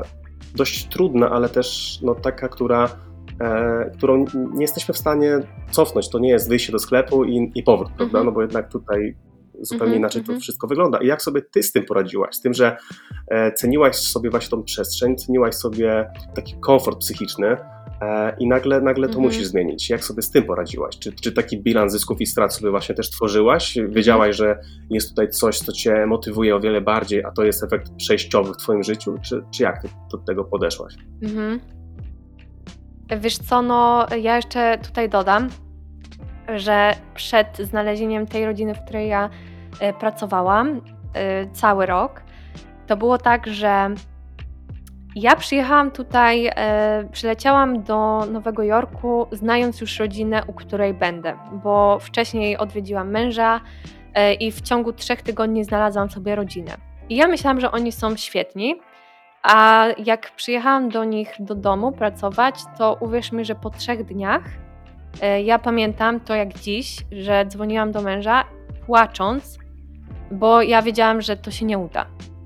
C: dość trudna, ale też no, taka, która, e, którą nie jesteśmy w stanie cofnąć. To nie jest wyjście do sklepu i, i powrót, prawda? No bo jednak tutaj zupełnie
B: Mhm,
C: inaczej to
B: mhm.
C: wszystko wygląda. I jak sobie ty z tym poradziłaś? Z tym, że e, ceniłaś sobie właśnie tą przestrzeń, ceniłaś sobie taki komfort psychiczny e, i nagle, nagle to
B: Mhm.
C: musisz zmienić. Jak sobie z tym poradziłaś? Czy, czy taki bilans zysków i strat sobie właśnie też tworzyłaś? Wiedziałaś, że jest tutaj coś, co cię motywuje o wiele bardziej, a to jest efekt przejściowy w twoim życiu? Czy, czy jak ty do tego podeszłaś?
B: Mhm. Wiesz co, no ja jeszcze tutaj dodam, że przed znalezieniem tej rodziny, w której ja e, pracowałam e, cały rok, to było tak, że ja przyjechałam tutaj, e, przyleciałam do Nowego Jorku, znając już rodzinę, u której będę, bo wcześniej odwiedziłam męża e, i w ciągu trzech tygodni znalazłam sobie rodzinę. I ja myślałam, że oni są świetni, a jak przyjechałam do nich do domu pracować, to uwierz mi, że po trzech dniach e, ja pamiętam to jak dziś, że dzwoniłam do męża płacząc, bo ja wiedziałam, że to się nie uda.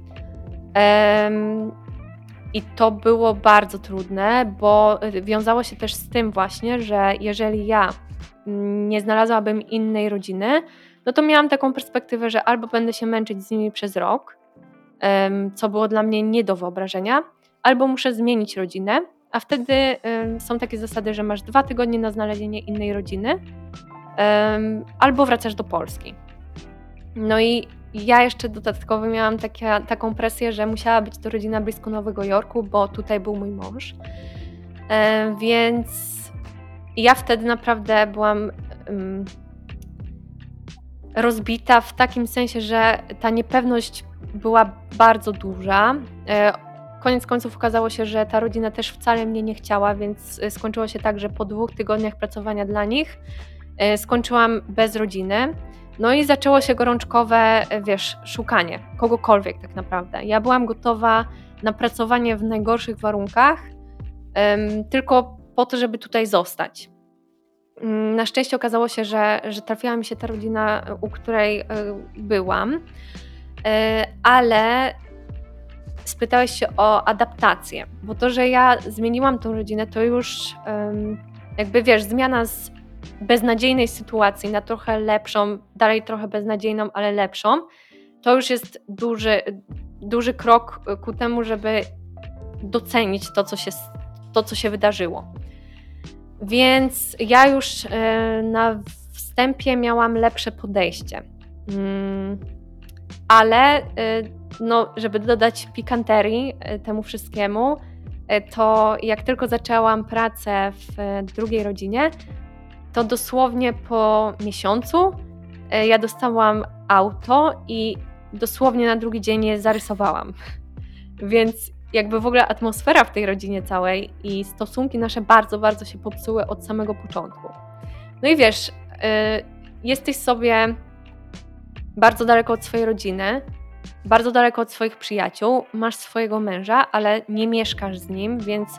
B: Em, I to było bardzo trudne, bo wiązało się też z tym właśnie, że jeżeli ja nie znalazłabym innej rodziny, no to miałam taką perspektywę, że albo będę się męczyć z nimi przez rok, em, co było dla mnie nie do wyobrażenia, albo muszę zmienić rodzinę, a wtedy em, są takie zasady, że masz dwa tygodnie na znalezienie innej rodziny, em, albo wracasz do Polski. No i ja jeszcze dodatkowo miałam takie, taką presję, że musiała być to rodzina blisko Nowego Jorku, bo tutaj był mój mąż. E, więc ja wtedy naprawdę byłam um, rozbita w takim sensie, że ta niepewność była bardzo duża. E, koniec końców okazało się, że ta rodzina też wcale mnie nie chciała, więc skończyło się tak, że po dwóch tygodniach pracowania dla nich e, skończyłam bez rodziny. No i zaczęło się gorączkowe, wiesz, szukanie kogokolwiek tak naprawdę. Ja byłam gotowa na pracowanie w najgorszych warunkach, um, tylko po to, żeby tutaj zostać. Um, na szczęście okazało się, że, że trafiła mi się ta rodzina, u której y, byłam, y, ale spytałeś się o adaptację, bo to, że ja zmieniłam tą rodzinę, to już um, jakby, wiesz, zmiana z beznadziejnej sytuacji na trochę lepszą, dalej trochę beznadziejną, ale lepszą, to już jest duży, duży krok ku temu, żeby docenić to, co się, to, co się wydarzyło. Więc ja już na wstępie miałam lepsze podejście. Ale no, żeby dodać pikanterii temu wszystkiemu, to jak tylko zaczęłam pracę w drugiej rodzinie, to dosłownie po miesiącu ja dostałam auto i dosłownie na drugi dzień je zarysowałam. Więc jakby w ogóle atmosfera w tej rodzinie całej i stosunki nasze bardzo, bardzo się popsuły od samego początku. No i wiesz, jesteś sobie bardzo daleko od swojej rodziny, bardzo daleko od swoich przyjaciół, masz swojego męża, ale nie mieszkasz z nim, więc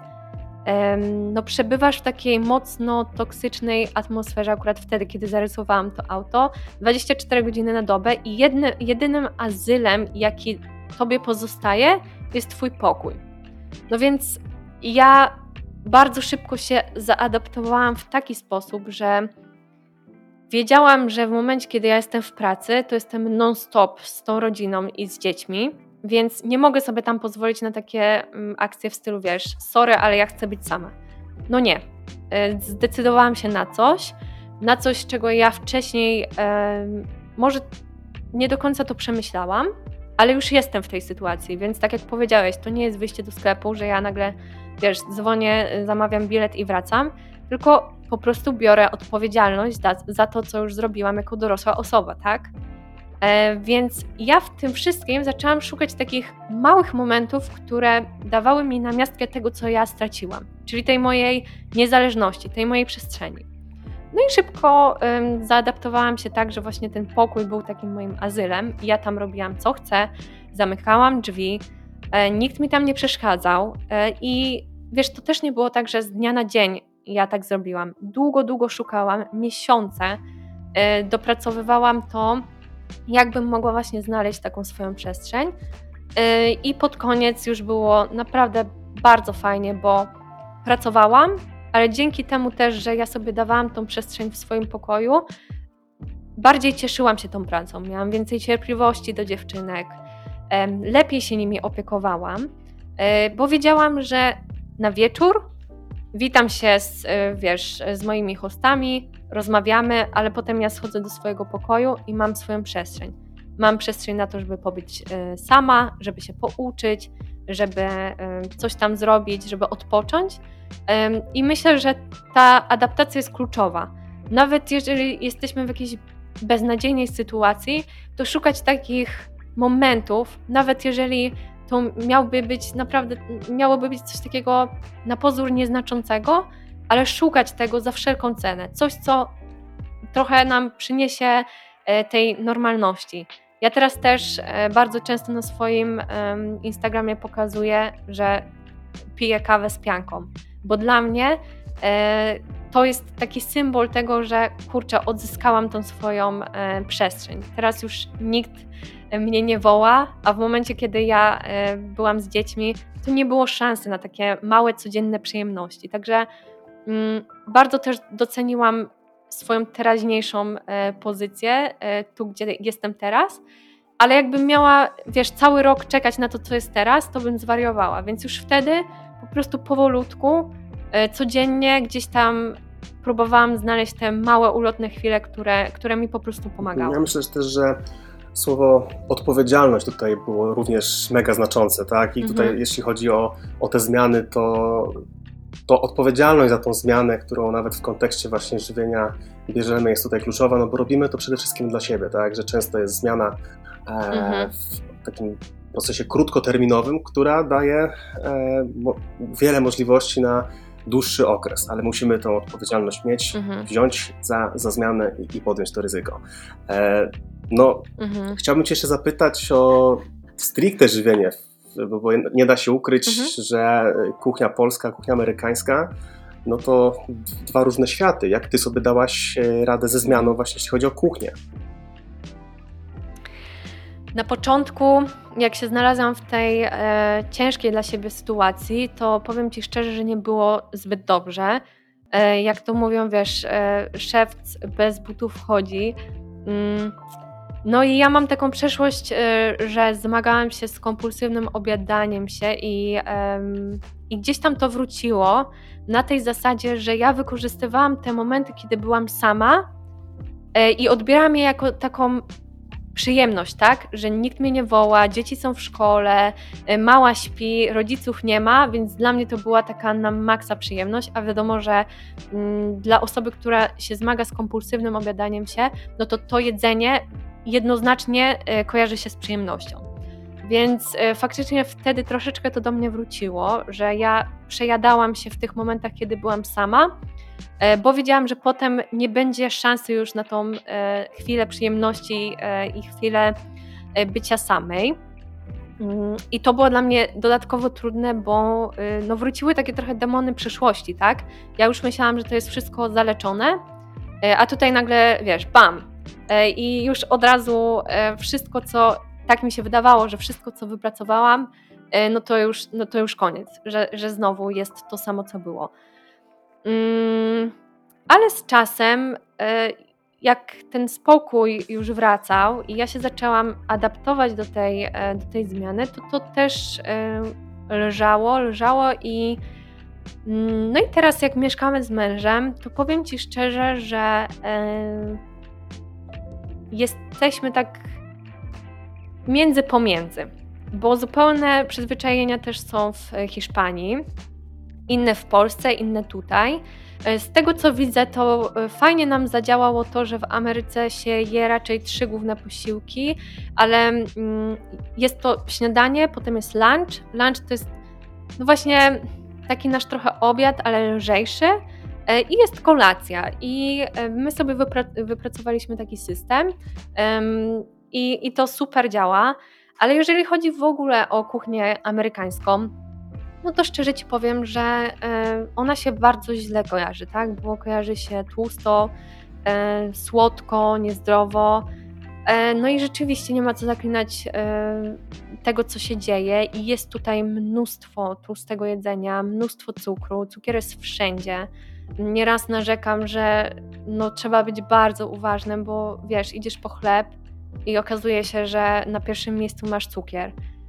B: no, przebywasz w takiej mocno toksycznej atmosferze akurat wtedy, kiedy zarysowałam to auto, dwadzieścia cztery godziny na dobę i jedny, jedynym azylem, jaki tobie pozostaje, jest twój pokój. No więc ja bardzo szybko się zaadaptowałam w taki sposób, że wiedziałam, że w momencie, kiedy ja jestem w pracy, to jestem non-stop z tą rodziną i z dziećmi, więc nie mogę sobie tam pozwolić na takie um, akcje w stylu, wiesz, sorry, ale ja chcę być sama. No nie. Zdecydowałam się na coś, na coś, czego ja wcześniej e, może nie do końca to przemyślałam, ale już jestem w tej sytuacji, więc tak jak powiedziałeś, to nie jest wyjście do sklepu, że ja nagle, wiesz, dzwonię, zamawiam bilet i wracam, tylko po prostu biorę odpowiedzialność za, za to, co już zrobiłam jako dorosła osoba, tak? E, więc ja w tym wszystkim zaczęłam szukać takich małych momentów, które dawały mi namiastkę tego, co ja straciłam, czyli tej mojej niezależności, tej mojej przestrzeni. No i szybko ym, zaadaptowałam się tak, że właśnie ten pokój był takim moim azylem i ja tam robiłam co chcę, zamykałam drzwi, e, nikt mi tam nie przeszkadzał e, i wiesz, to też nie było tak, że z dnia na dzień ja tak zrobiłam. Długo, długo szukałam, miesiące e, dopracowywałam to, jakbym mogła właśnie znaleźć taką swoją przestrzeń e, i pod koniec już było naprawdę bardzo fajnie, bo pracowałam, ale dzięki temu też, że ja sobie dawałam tą przestrzeń w swoim pokoju, bardziej cieszyłam się tą pracą, miałam więcej cierpliwości do dziewczynek, lepiej się nimi opiekowałam, bo wiedziałam, że na wieczór witam się z, wiesz, z moimi hostami, rozmawiamy, ale potem ja schodzę do swojego pokoju i mam swoją przestrzeń. Mam przestrzeń na to, żeby pobyć sama, żeby się pouczyć, żeby coś tam zrobić, żeby odpocząć. I myślę, że ta adaptacja jest kluczowa. Nawet jeżeli jesteśmy w jakiejś beznadziejnej sytuacji, to szukać takich momentów, nawet jeżeli to miałby być naprawdę, miałoby być coś takiego na pozór nieznaczącego, ale szukać tego za wszelką cenę. Coś, co trochę nam przyniesie tej normalności. Ja teraz też bardzo często na swoim Instagramie pokazuję, że piję kawę z pianką, bo dla mnie to jest taki symbol tego, że kurczę, odzyskałam tą swoją przestrzeń. Teraz już nikt mnie nie woła, a w momencie, kiedy ja byłam z dziećmi, to nie było szansy na takie małe, codzienne przyjemności. Także mm, bardzo też doceniłam swoją teraźniejszą pozycję, tu gdzie jestem teraz, ale jakbym miała, wiesz, cały rok czekać na to, co jest teraz, to bym zwariowała, więc już wtedy po prostu powolutku, codziennie gdzieś tam próbowałam znaleźć te małe, ulotne chwile, które, które mi po prostu pomagały.
C: Ja myślę też, że słowo odpowiedzialność tutaj było również mega znaczące, tak? I mhm. tutaj jeśli chodzi o, o te zmiany, to, to odpowiedzialność za tą zmianę, którą nawet w kontekście właśnie żywienia bierzemy, jest tutaj kluczowa, no bo robimy to przede wszystkim dla siebie, tak? Że często jest zmiana e,
B: mhm.
C: w takim procesie krótkoterminowym, która daje e, mo, wiele możliwości na dłuższy okres, ale musimy tą odpowiedzialność mieć, mhm. wziąć za, za zmianę i, i podjąć to ryzyko. E, no, mhm. chciałbym Cię jeszcze zapytać o stricte żywienie, bo, bo nie da się ukryć, mhm. że kuchnia polska, kuchnia amerykańska, no to dwa różne światy. Jak Ty sobie dałaś radę ze zmianą właśnie jeśli chodzi o kuchnię?
B: Na początku, jak się znalazłam w tej e, ciężkiej dla siebie sytuacji, to powiem Ci szczerze, że nie było zbyt dobrze. E, jak to mówią, wiesz, e, szewc bez butów chodzi. Mm, no i ja mam taką przeszłość, e, że zmagałam się z kompulsywnym objadaniem się i, e, i gdzieś tam to wróciło na tej zasadzie, że ja wykorzystywałam te momenty, kiedy byłam sama e, i odbierałam je jako taką przyjemność, tak? Że nikt mnie nie woła, dzieci są w szkole, mała śpi, rodziców nie ma, więc dla mnie to była taka na maksa przyjemność, a wiadomo, że mm, dla osoby, która się zmaga z kompulsywnym objadaniem się, no to to jedzenie jednoznacznie y, kojarzy się z przyjemnością. Więc y, faktycznie wtedy troszeczkę to do mnie wróciło, że ja przejadałam się w tych momentach, kiedy byłam sama, bo wiedziałam, że potem nie będzie szansy już na tą e, chwilę przyjemności e, i chwilę e, bycia samej. I to było dla mnie dodatkowo trudne, bo e, no, wróciły takie trochę demony przeszłości, tak? Ja już myślałam, że to jest wszystko zaleczone, e, a tutaj nagle, wiesz, bam! E, I już od razu e, wszystko, co tak mi się wydawało, że wszystko, co wypracowałam, e, no, to już, no to już koniec, że, że znowu jest to samo, co było. Mm, ale z czasem, jak ten spokój już wracał i ja się zaczęłam adaptować do tej, do tej zmiany, to to też leżało, leżało i no i teraz jak mieszkamy z mężem, to powiem Ci szczerze, że jesteśmy tak między pomiędzy, bo zupełne przyzwyczajenia też są w Hiszpanii. Inne w Polsce, inne tutaj. Z tego co widzę, to fajnie nam zadziałało to, że w Ameryce się je raczej trzy główne posiłki, ale jest to śniadanie, potem jest lunch. Lunch to jest no właśnie taki nasz trochę obiad, ale lżejszy i jest kolacja. I my sobie wypra- wypracowaliśmy taki system i, i to super działa, ale jeżeli chodzi w ogóle o kuchnię amerykańską, no to szczerze Ci powiem, że ona się bardzo źle kojarzy, tak? Bo kojarzy się tłusto, słodko, niezdrowo. No i rzeczywiście nie ma co zaklinać tego, co się dzieje i jest tutaj mnóstwo tłustego jedzenia, mnóstwo cukru, cukier jest wszędzie. Nieraz narzekam, że no, trzeba być bardzo uważnym, bo wiesz, idziesz po chleb i okazuje się, że na pierwszym miejscu masz cukier.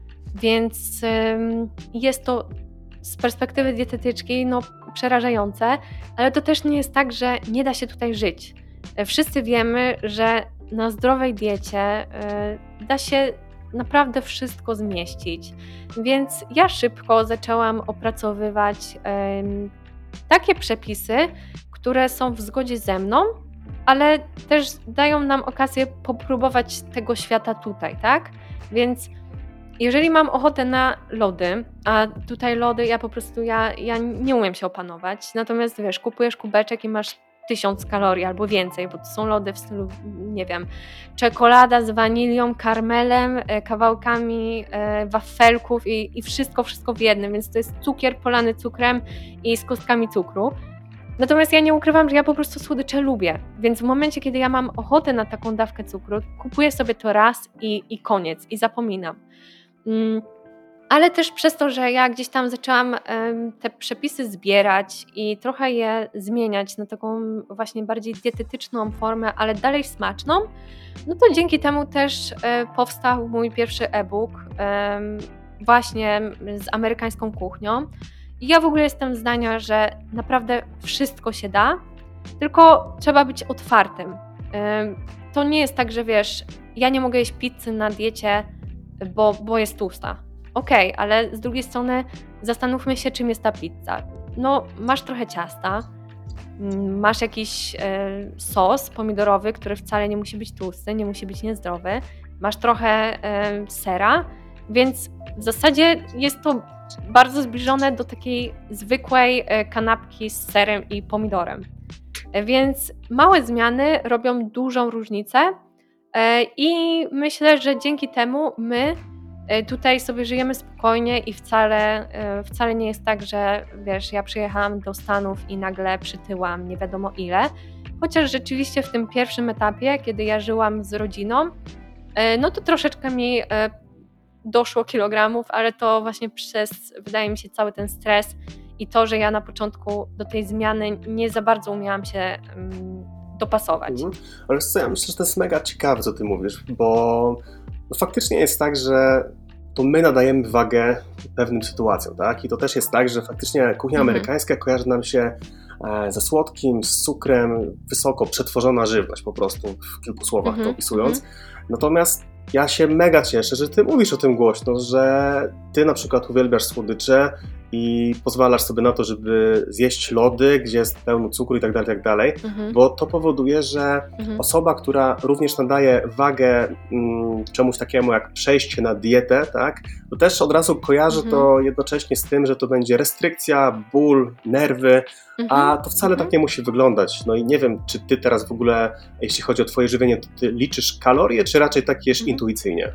B: Więc ym, jest to z perspektywy dietetyczki no, przerażające, ale to też nie jest tak, że nie da się tutaj żyć. Wszyscy wiemy, że na zdrowej diecie y, da się naprawdę wszystko zmieścić. Więc ja szybko zaczęłam opracowywać y, takie przepisy, które są w zgodzie ze mną, ale też dają nam okazję popróbować tego świata tutaj, tak? Więc jeżeli mam ochotę na lody, a tutaj lody ja po prostu, ja, ja nie umiem się opanować, natomiast wiesz, kupujesz kubeczek i masz tysiąc kalorii albo więcej, bo to są lody w stylu, nie wiem, czekolada z wanilią, karmelem, kawałkami wafelków i, i wszystko, wszystko w jednym, więc to jest cukier polany cukrem i z kostkami cukru. Natomiast ja nie ukrywam, że ja po prostu słodycze lubię, więc w momencie, kiedy ja mam ochotę na taką dawkę cukru, kupuję sobie to raz i, i koniec, i zapominam. Mm. Ale też przez to, że ja gdzieś tam zaczęłam um, te przepisy zbierać i trochę je zmieniać na taką właśnie bardziej dietetyczną formę, ale dalej smaczną, no to dzięki temu też e, powstał mój pierwszy e-book e, właśnie z amerykańską kuchnią. I ja w ogóle jestem zdania, że naprawdę wszystko się da, tylko trzeba być otwartym. E, to nie jest tak, że wiesz, ja nie mogę jeść pizzy na diecie, bo, bo jest tłusta. Okej, okay, ale z drugiej strony zastanówmy się, czym jest ta pizza. No, masz trochę ciasta, masz jakiś e, sos pomidorowy, który wcale nie musi być tłusty, nie musi być niezdrowy, masz trochę e, sera, więc w zasadzie jest to bardzo zbliżone do takiej zwykłej e, kanapki z serem i pomidorem. E, więc małe zmiany robią dużą różnicę e, i myślę, że dzięki temu my tutaj sobie żyjemy spokojnie i wcale, wcale nie jest tak, że wiesz, ja przyjechałam do Stanów i nagle przytyłam nie wiadomo ile, chociaż rzeczywiście w tym pierwszym etapie, kiedy ja żyłam z rodziną, no to troszeczkę mi doszło kilogramów, ale to właśnie przez, wydaje mi się, cały ten stres i to, że ja na początku do tej zmiany nie za bardzo umiałam się dopasować. Mhm.
C: Ale co, ja myślę, że to jest mega ciekawe, co ty mówisz, bo no faktycznie jest tak, że to my nadajemy wagę pewnym sytuacjom, tak? I to też jest tak, że faktycznie kuchnia mhm. amerykańska kojarzy nam się ze słodkim, z cukrem, wysoko przetworzona żywność po prostu, w kilku słowach mhm. to opisując. Mhm. Natomiast ja się mega cieszę, że ty mówisz o tym głośno, że ty na przykład uwielbiasz słodycze i pozwalasz sobie na to, żeby zjeść lody, gdzie jest pełno cukru i tak dalej, tak dalej, mhm. bo to powoduje, że mhm. osoba, która również nadaje wagę mm, czemuś takiemu jak przejście na dietę, tak, to też od razu kojarzy mhm. to jednocześnie z tym, że to będzie restrykcja, ból, nerwy, mhm. a to wcale mhm. tak nie musi wyglądać. No i nie wiem, czy ty teraz w ogóle, jeśli chodzi o twoje żywienie, to ty liczysz kalorie, czy raczej tak jesz mhm. intuicyjnie?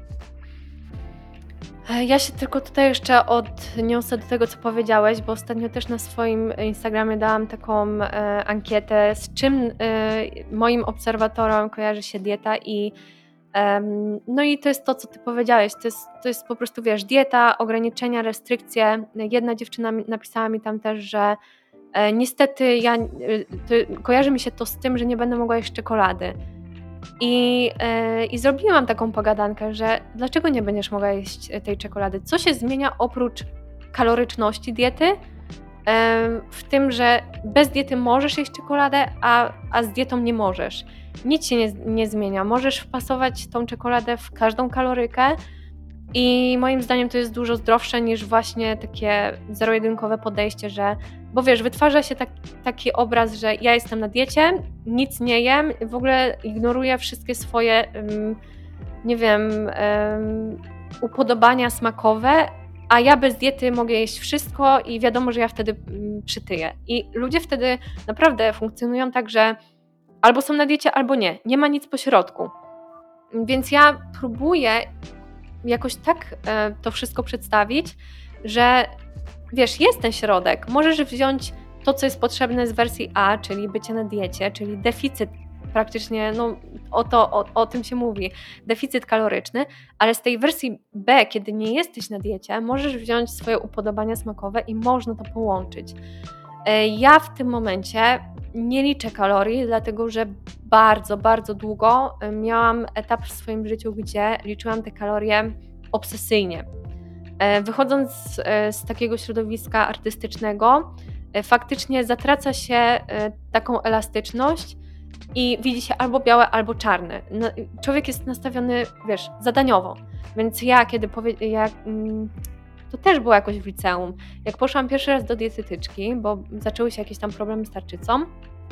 B: Ja się tylko tutaj jeszcze odniosę do tego, co powiedziałeś, bo ostatnio też na swoim Instagramie dałam taką e, ankietę, z czym e, moim obserwatorom kojarzy się dieta i e, no i to jest to, co ty powiedziałeś, to jest, to jest po prostu, wiesz, dieta, ograniczenia, restrykcje. Jedna dziewczyna napisała mi tam też, że e, niestety ja, e, to, kojarzy mi się to z tym, że nie będę mogła jeść czekolady. I, yy, I zrobiłam taką pogadankę, że dlaczego nie będziesz mogła jeść tej czekolady? Co się zmienia oprócz kaloryczności diety? Yy, w tym, że bez diety możesz jeść czekoladę, a, a z dietą nie możesz. Nic się nie, nie zmienia. Możesz wpasować tą czekoladę w każdą kalorykę i moim zdaniem to jest dużo zdrowsze niż właśnie takie zero-jedynkowe podejście, że bo wiesz, wytwarza się tak, taki obraz, że ja jestem na diecie, nic nie jem, w ogóle ignoruję wszystkie swoje, um, nie wiem, um, upodobania smakowe, a ja bez diety mogę jeść wszystko i wiadomo, że ja wtedy um, przytyję. I ludzie wtedy naprawdę funkcjonują tak, że albo są na diecie, albo nie. Nie ma nic pośrodku. Więc ja próbuję jakoś tak e, to wszystko przedstawić, że wiesz, jest ten środek. Możesz wziąć to, co jest potrzebne z wersji A, czyli bycie na diecie, czyli deficyt praktycznie, no o, to, o, o tym się mówi, deficyt kaloryczny, ale z tej wersji B, kiedy nie jesteś na diecie, możesz wziąć swoje upodobania smakowe i można to połączyć. Ja w tym momencie nie liczę kalorii, dlatego że bardzo, bardzo długo miałam etap w swoim życiu, gdzie liczyłam te kalorie obsesyjnie. Wychodząc z, z takiego środowiska artystycznego, faktycznie zatraca się taką elastyczność i widzi się albo białe, albo czarne. Człowiek jest nastawiony, wiesz, zadaniowo. Więc ja, kiedy powie, ja, to też było jakoś w liceum, jak poszłam pierwszy raz do dietetyczki, bo zaczęły się jakieś tam problemy z tarczycą,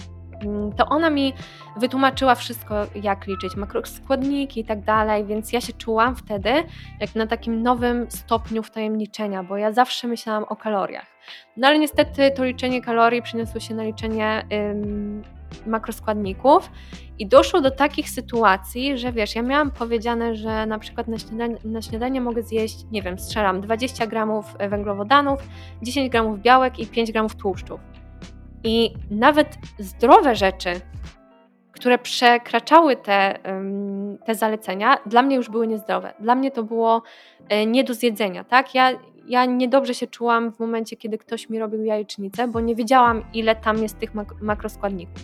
B: to ona mi wytłumaczyła wszystko, jak liczyć makroskładniki i tak dalej, więc ja się czułam wtedy jak na takim nowym stopniu wtajemniczenia, bo ja zawsze myślałam o kaloriach. No ale niestety to liczenie kalorii przeniosło się na liczenie ym, makroskładników i doszło do takich sytuacji, że wiesz, ja miałam powiedziane, że na przykład na śniadanie, na śniadanie mogę zjeść, nie wiem, strzelam dwadzieścia gramów węglowodanów, dziesięć gramów białek i pięć gramów tłuszczów. I nawet zdrowe rzeczy, które przekraczały te, te zalecenia, dla mnie już były niezdrowe. Dla mnie to było nie do zjedzenia, tak? Ja, ja niedobrze się czułam w momencie, kiedy ktoś mi robił jajecznicę, bo nie wiedziałam, ile tam jest tych mak- makroskładników.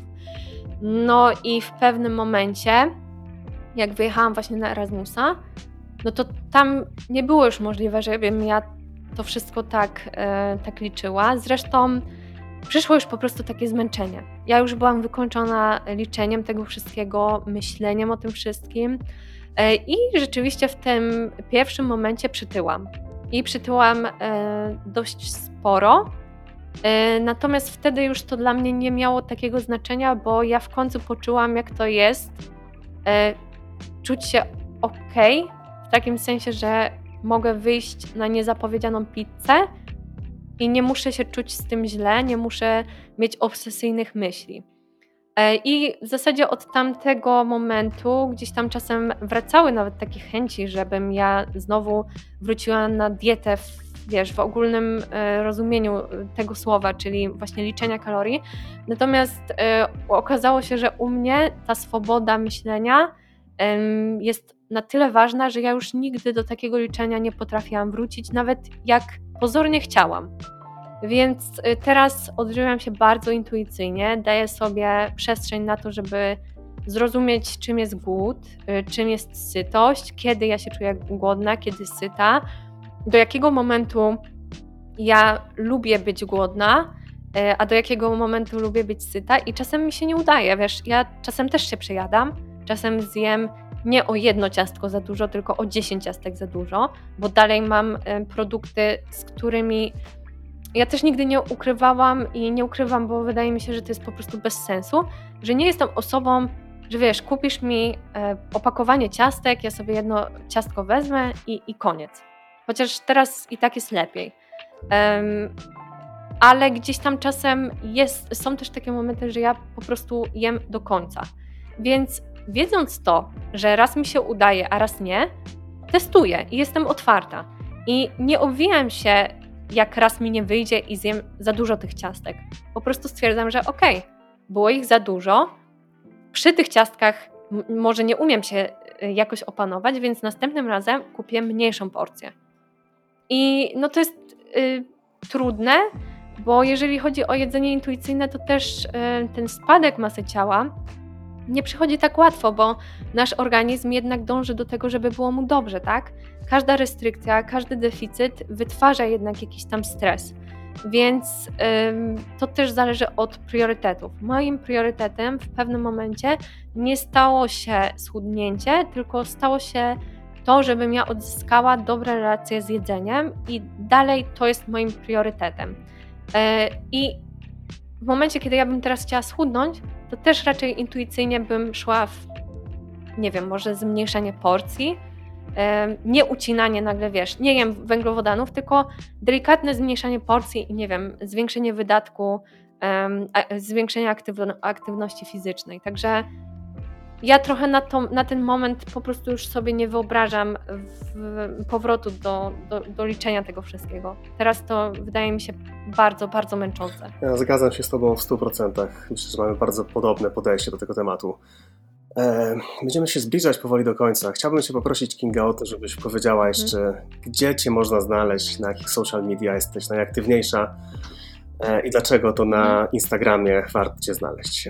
B: No i w pewnym momencie, jak wyjechałam właśnie na Erasmusa, no to tam nie było już możliwe, żebym ja to wszystko tak, e, tak liczyła. Zresztą przyszło już po prostu takie zmęczenie. Ja już byłam wykończona liczeniem tego wszystkiego, myśleniem o tym wszystkim i rzeczywiście w tym pierwszym momencie przytyłam. I przytyłam dość sporo, natomiast wtedy już to dla mnie nie miało takiego znaczenia, bo ja w końcu poczułam, jak to jest czuć się okej, w takim sensie, że mogę wyjść na niezapowiedzianą pizzę i nie muszę się czuć z tym źle, nie muszę mieć obsesyjnych myśli. I w zasadzie od tamtego momentu gdzieś tam czasem wracały nawet takie chęci, żebym ja znowu wróciła na dietę w, wiesz, w ogólnym rozumieniu tego słowa, czyli właśnie liczenia kalorii. Natomiast okazało się, że u mnie ta swoboda myślenia jest na tyle ważna, że ja już nigdy do takiego liczenia nie potrafiłam wrócić, nawet jak pozornie chciałam. Więc teraz odżywiam się bardzo intuicyjnie, daję sobie przestrzeń na to, żeby zrozumieć, czym jest głód, czym jest sytość, kiedy ja się czuję głodna, kiedy syta, do jakiego momentu ja lubię być głodna, a do jakiego momentu lubię być syta i czasem mi się nie udaje, wiesz, ja czasem też się przejadam, czasem zjem nie o jedno ciastko za dużo, tylko o dziesięć ciastek za dużo, bo dalej mam produkty, z którymi ja też nigdy nie ukrywałam i nie ukrywam, bo wydaje mi się, że to jest po prostu bez sensu, że nie jestem osobą, że wiesz, kupisz mi opakowanie ciastek, ja sobie jedno ciastko wezmę i, i koniec. Chociaż teraz i tak jest lepiej. Um, ale gdzieś tam czasem jest, są też takie momenty, że ja po prostu jem do końca. Więc wiedząc to, że raz mi się udaje, a raz nie, testuję i jestem otwarta. I nie obwijam się, jak raz mi nie wyjdzie i zjem za dużo tych ciastek. Po prostu stwierdzam, że okej, okay, było ich za dużo, przy tych ciastkach m- może nie umiem się jakoś opanować, więc następnym razem kupię mniejszą porcję. I no to jest y, trudne, bo jeżeli chodzi o jedzenie intuicyjne, to też y, ten spadek masy ciała nie przychodzi tak łatwo, bo nasz organizm jednak dąży do tego, żeby było mu dobrze, tak? Każda restrykcja, każdy deficyt wytwarza jednak jakiś tam stres, więc ym, to też zależy od priorytetów. Moim priorytetem w pewnym momencie nie stało się schudnięcie, tylko stało się to, żebym ja odzyskała dobre relacje z jedzeniem i dalej to jest moim priorytetem. Yy, I w momencie, kiedy ja bym teraz chciała schudnąć, to też raczej intuicyjnie bym szła w, nie wiem, może zmniejszenie porcji, nie ucinanie nagle, wiesz, nie jem węglowodanów, tylko delikatne zmniejszanie porcji i nie wiem, zwiększenie wydatku, zwiększenie aktywności fizycznej. Także ja trochę na, to, na ten moment po prostu już sobie nie wyobrażam w, powrotu do, do, do liczenia tego wszystkiego. Teraz to wydaje mi się bardzo, bardzo męczące.
C: Ja zgadzam się z Tobą w stu procentach. Myślę, że mamy bardzo podobne podejście do tego tematu. E, będziemy się zbliżać powoli do końca. Chciałbym Cię poprosić, Kinga, o to, żebyś powiedziała jeszcze, hmm. gdzie Cię można znaleźć, na jakich social media jesteś najaktywniejsza e, i dlaczego to na hmm. Instagramie warto Cię znaleźć.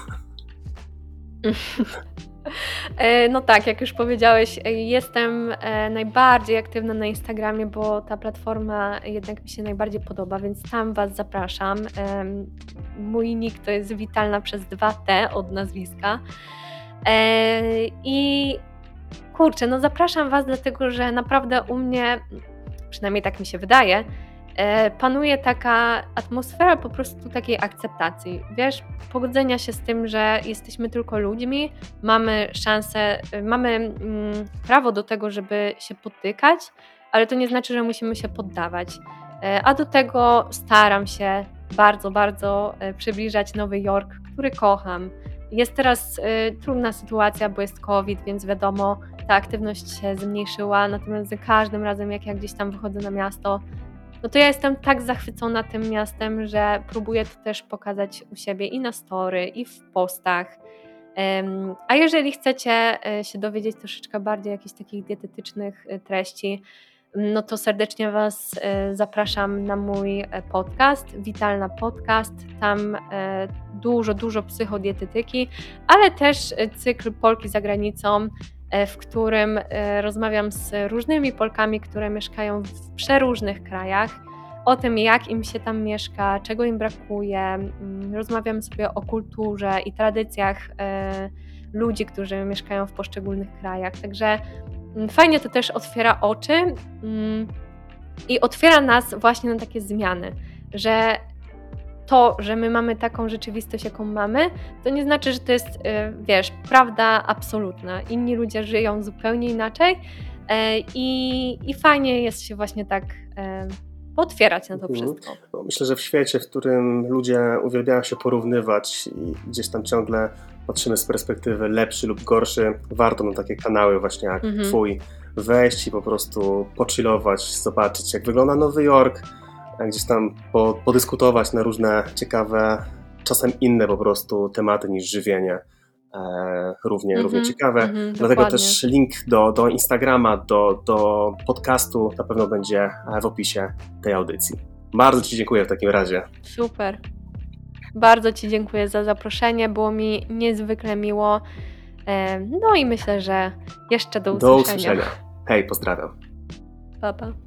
B: No tak, jak już powiedziałeś, jestem najbardziej aktywna na Instagramie, bo ta platforma jednak mi się najbardziej podoba, więc tam Was zapraszam. Mój nick to jest Witalna przez dwa T od nazwiska. I kurczę, no zapraszam Was dlatego, że naprawdę u mnie, przynajmniej tak mi się wydaje, panuje taka atmosfera po prostu takiej akceptacji, wiesz, pogodzenia się z tym, że jesteśmy tylko ludźmi, mamy szansę, mamy mm, prawo do tego, żeby się potykać, ale to nie znaczy, że musimy się poddawać. A do tego staram się bardzo, bardzo przybliżać Nowy Jork, który kocham. Jest teraz y, trudna sytuacja, bo jest COVID, więc wiadomo, ta aktywność się zmniejszyła, natomiast za każdym razem, jak ja gdzieś tam wychodzę na miasto, no to ja jestem tak zachwycona tym miastem, że próbuję to też pokazać u siebie i na story, i w postach. Um, a jeżeli chcecie się dowiedzieć troszeczkę bardziej jakichś takich dietetycznych treści, no to serdecznie Was zapraszam na mój podcast, Witalna Podcast. Tam dużo, dużo psychodietetyki, ale też cykl Polki za granicą, w którym rozmawiam z różnymi Polkami, które mieszkają w przeróżnych krajach, o tym, jak im się tam mieszka, czego im brakuje. Rozmawiam sobie o kulturze i tradycjach ludzi, którzy mieszkają w poszczególnych krajach. Także fajnie to też otwiera oczy i otwiera nas właśnie na takie zmiany, że to, że my mamy taką rzeczywistość, jaką mamy, to nie znaczy, że to jest, wiesz, prawda absolutna. Inni ludzie żyją zupełnie inaczej i, i fajnie jest się właśnie tak otwierać na to wszystko.
C: No, myślę, że w świecie, w którym ludzie uwielbiają się porównywać i gdzieś tam ciągle patrzymy z perspektywy lepszy lub gorszy, warto na takie kanały właśnie jak mhm. Twój wejść i po prostu pochillować, zobaczyć, jak wygląda Nowy Jork, gdzieś tam po, podyskutować na różne ciekawe, czasem inne po prostu tematy niż żywienie. E, równie, mm-hmm, równie ciekawe. Mm-hmm, Dlatego dokładnie. Też link do, do Instagrama, do, do podcastu na pewno będzie w opisie tej audycji. Bardzo Ci dziękuję w takim razie.
B: Super. Bardzo Ci dziękuję za zaproszenie. Było mi niezwykle miło. E, no i myślę, że jeszcze do usłyszenia.
C: Do usłyszenia. Hej, pozdrawiam.
B: Pa, pa.